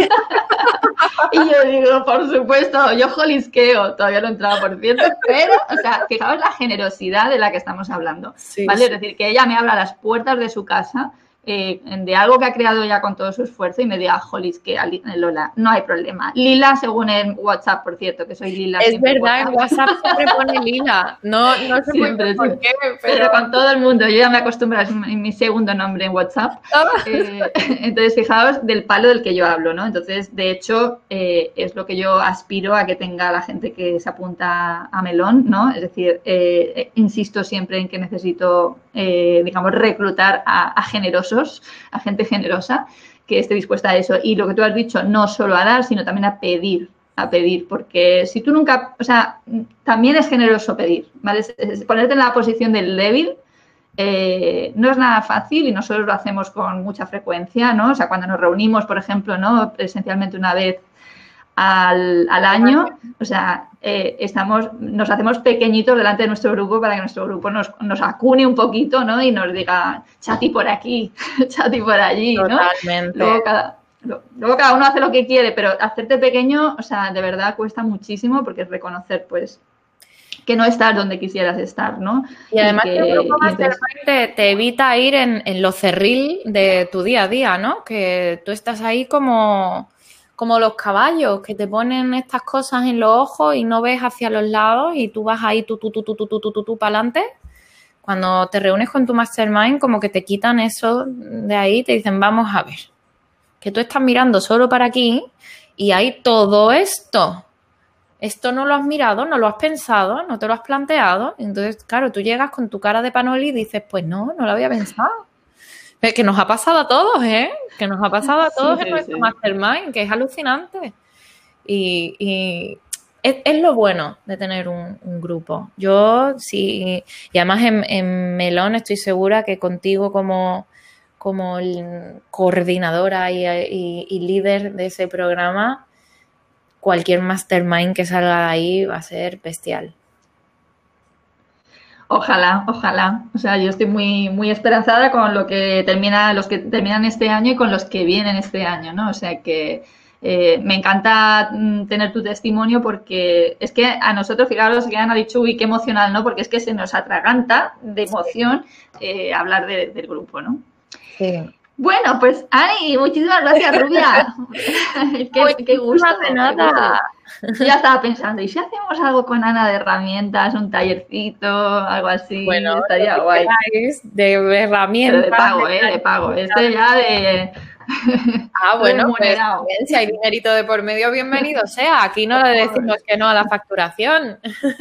Y yo digo, por supuesto, yo jolisqueo, todavía no he entrado, por cierto, pero, o sea, fijaos la generosidad de la que estamos hablando, sí, ¿vale? Sí. Es decir, que ella me abra las puertas de su casa, Eh, de algo que ha creado ya con todo su esfuerzo y me diga, jolis, que Lola, no hay problema. Lila, según en WhatsApp, por cierto, que soy Lila. Es verdad, en WhatsApp siempre pone Lila. No, no sé siempre, por qué, pero... pero... pero con todo el mundo. Yo ya me acostumbro a mi, mi segundo nombre en WhatsApp. Eh, entonces, fijaos del palo del que yo hablo, ¿no? Entonces, de hecho, eh, es lo que yo aspiro a que tenga la gente que se apunta a Melón, ¿no? Es decir, eh, insisto siempre en que necesito, eh, digamos, reclutar a, a generosos, a gente generosa que esté dispuesta a eso. Y lo que tú has dicho, no solo a dar, sino también a pedir, a pedir, porque si tú nunca, o sea, también es generoso pedir, ¿vale? Es, es ponerte en la posición del débil eh, no es nada fácil y nosotros lo hacemos con mucha frecuencia, ¿no? O sea, cuando nos reunimos, por ejemplo, ¿no? Presencialmente una vez al, al año, o sea, eh, estamos, nos hacemos pequeñitos delante de nuestro grupo para que nuestro grupo nos, nos acune un poquito, ¿no? Y nos diga, chati por aquí, chati por allí, ¿no? Totalmente. Luego cada, luego cada uno hace lo que quiere, pero hacerte pequeño, o sea, de verdad cuesta muchísimo porque es reconocer, pues, que no estás donde quisieras estar, ¿no? Y además y que, que el grupo entonces... te, te evita ir en, en lo cerril de tu día a día, ¿no? Que tú estás ahí como, como los caballos, que te ponen estas cosas en los ojos y no ves hacia los lados y tú vas ahí tú, tú, tú, tú, tú, tú, tú, tú, tú para adelante. Cuando te reúnes con tu mastermind, como que te quitan eso de ahí y te dicen, vamos a ver, que tú estás mirando solo para aquí y hay todo esto. Esto no lo has mirado, no lo has pensado, no te lo has planteado. Entonces, claro, tú llegas con tu cara de panoli y dices, pues no, no lo había pensado. Que nos ha pasado a todos, ¿eh? Que nos ha pasado a todos sí, en sí, nuestro sí. Mastermind, que es alucinante. Y, y es, es lo bueno de tener un, un grupo. Yo sí, y además en, en Melón estoy segura que contigo como, como coordinadora y, y, y líder de ese programa, cualquier Mastermind que salga de ahí va a ser bestial. Ojalá, ojalá. O sea, yo estoy muy, muy esperanzada con lo que termina, los que terminan este año y con los que vienen este año, ¿no? O sea que eh, me encanta mm, tener tu testimonio porque es que a nosotros, fijaros, que Ana ha dicho, uy, qué emocional, ¿no? Porque es que se nos atraganta de emoción eh, hablar de, del grupo, ¿no? Sí. Bueno, pues Ani, muchísimas gracias, Rubia. qué, qué gusto. No hace nada. Yo ya estaba pensando, ¿y si hacemos algo con Ana de herramientas, un tallercito, algo así? Bueno, estaría guay. De herramientas. Pero de pago, ¿eh? De pago. Este ya de... Ah, bueno, pues bien, si hay dinerito de por medio, bienvenido sea. Aquí no le decimos que no a la facturación.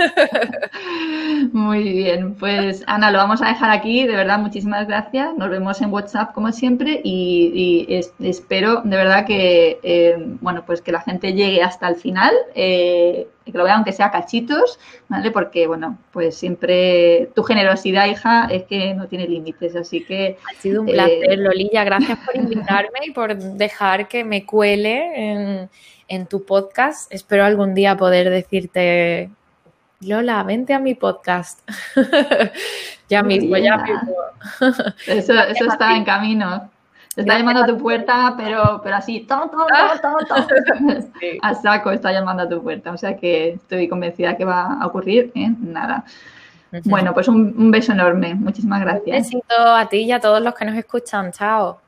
Muy bien, pues Ana, lo vamos a dejar aquí. De verdad, muchísimas gracias. Nos vemos en WhatsApp como siempre y, y es, espero de verdad que, eh, bueno, pues que la gente llegue hasta el final, eh, que lo vea aunque sea cachitos, ¿vale? Porque, bueno, pues siempre tu generosidad, hija, es que no tiene límites, así que... Ha sido un placer, eh... Lolilla. Gracias por invitarme y por dejar que me cuele en, en tu podcast. Espero algún día poder decirte, Lola, vente a mi podcast. ya mismo, ya mismo. Eso, eso está en camino. Te está llamando a tu puerta, pero, pero así, tom, tom, tom, tom, tom. Sí. A saco está llamando a tu puerta. O sea que estoy convencida que va a ocurrir en nada. Uh-huh. Bueno, pues un, un beso enorme. Muchísimas gracias. Un besito a ti y a todos los que nos escuchan. Chao.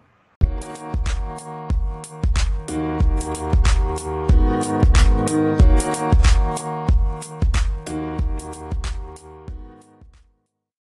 Thank you.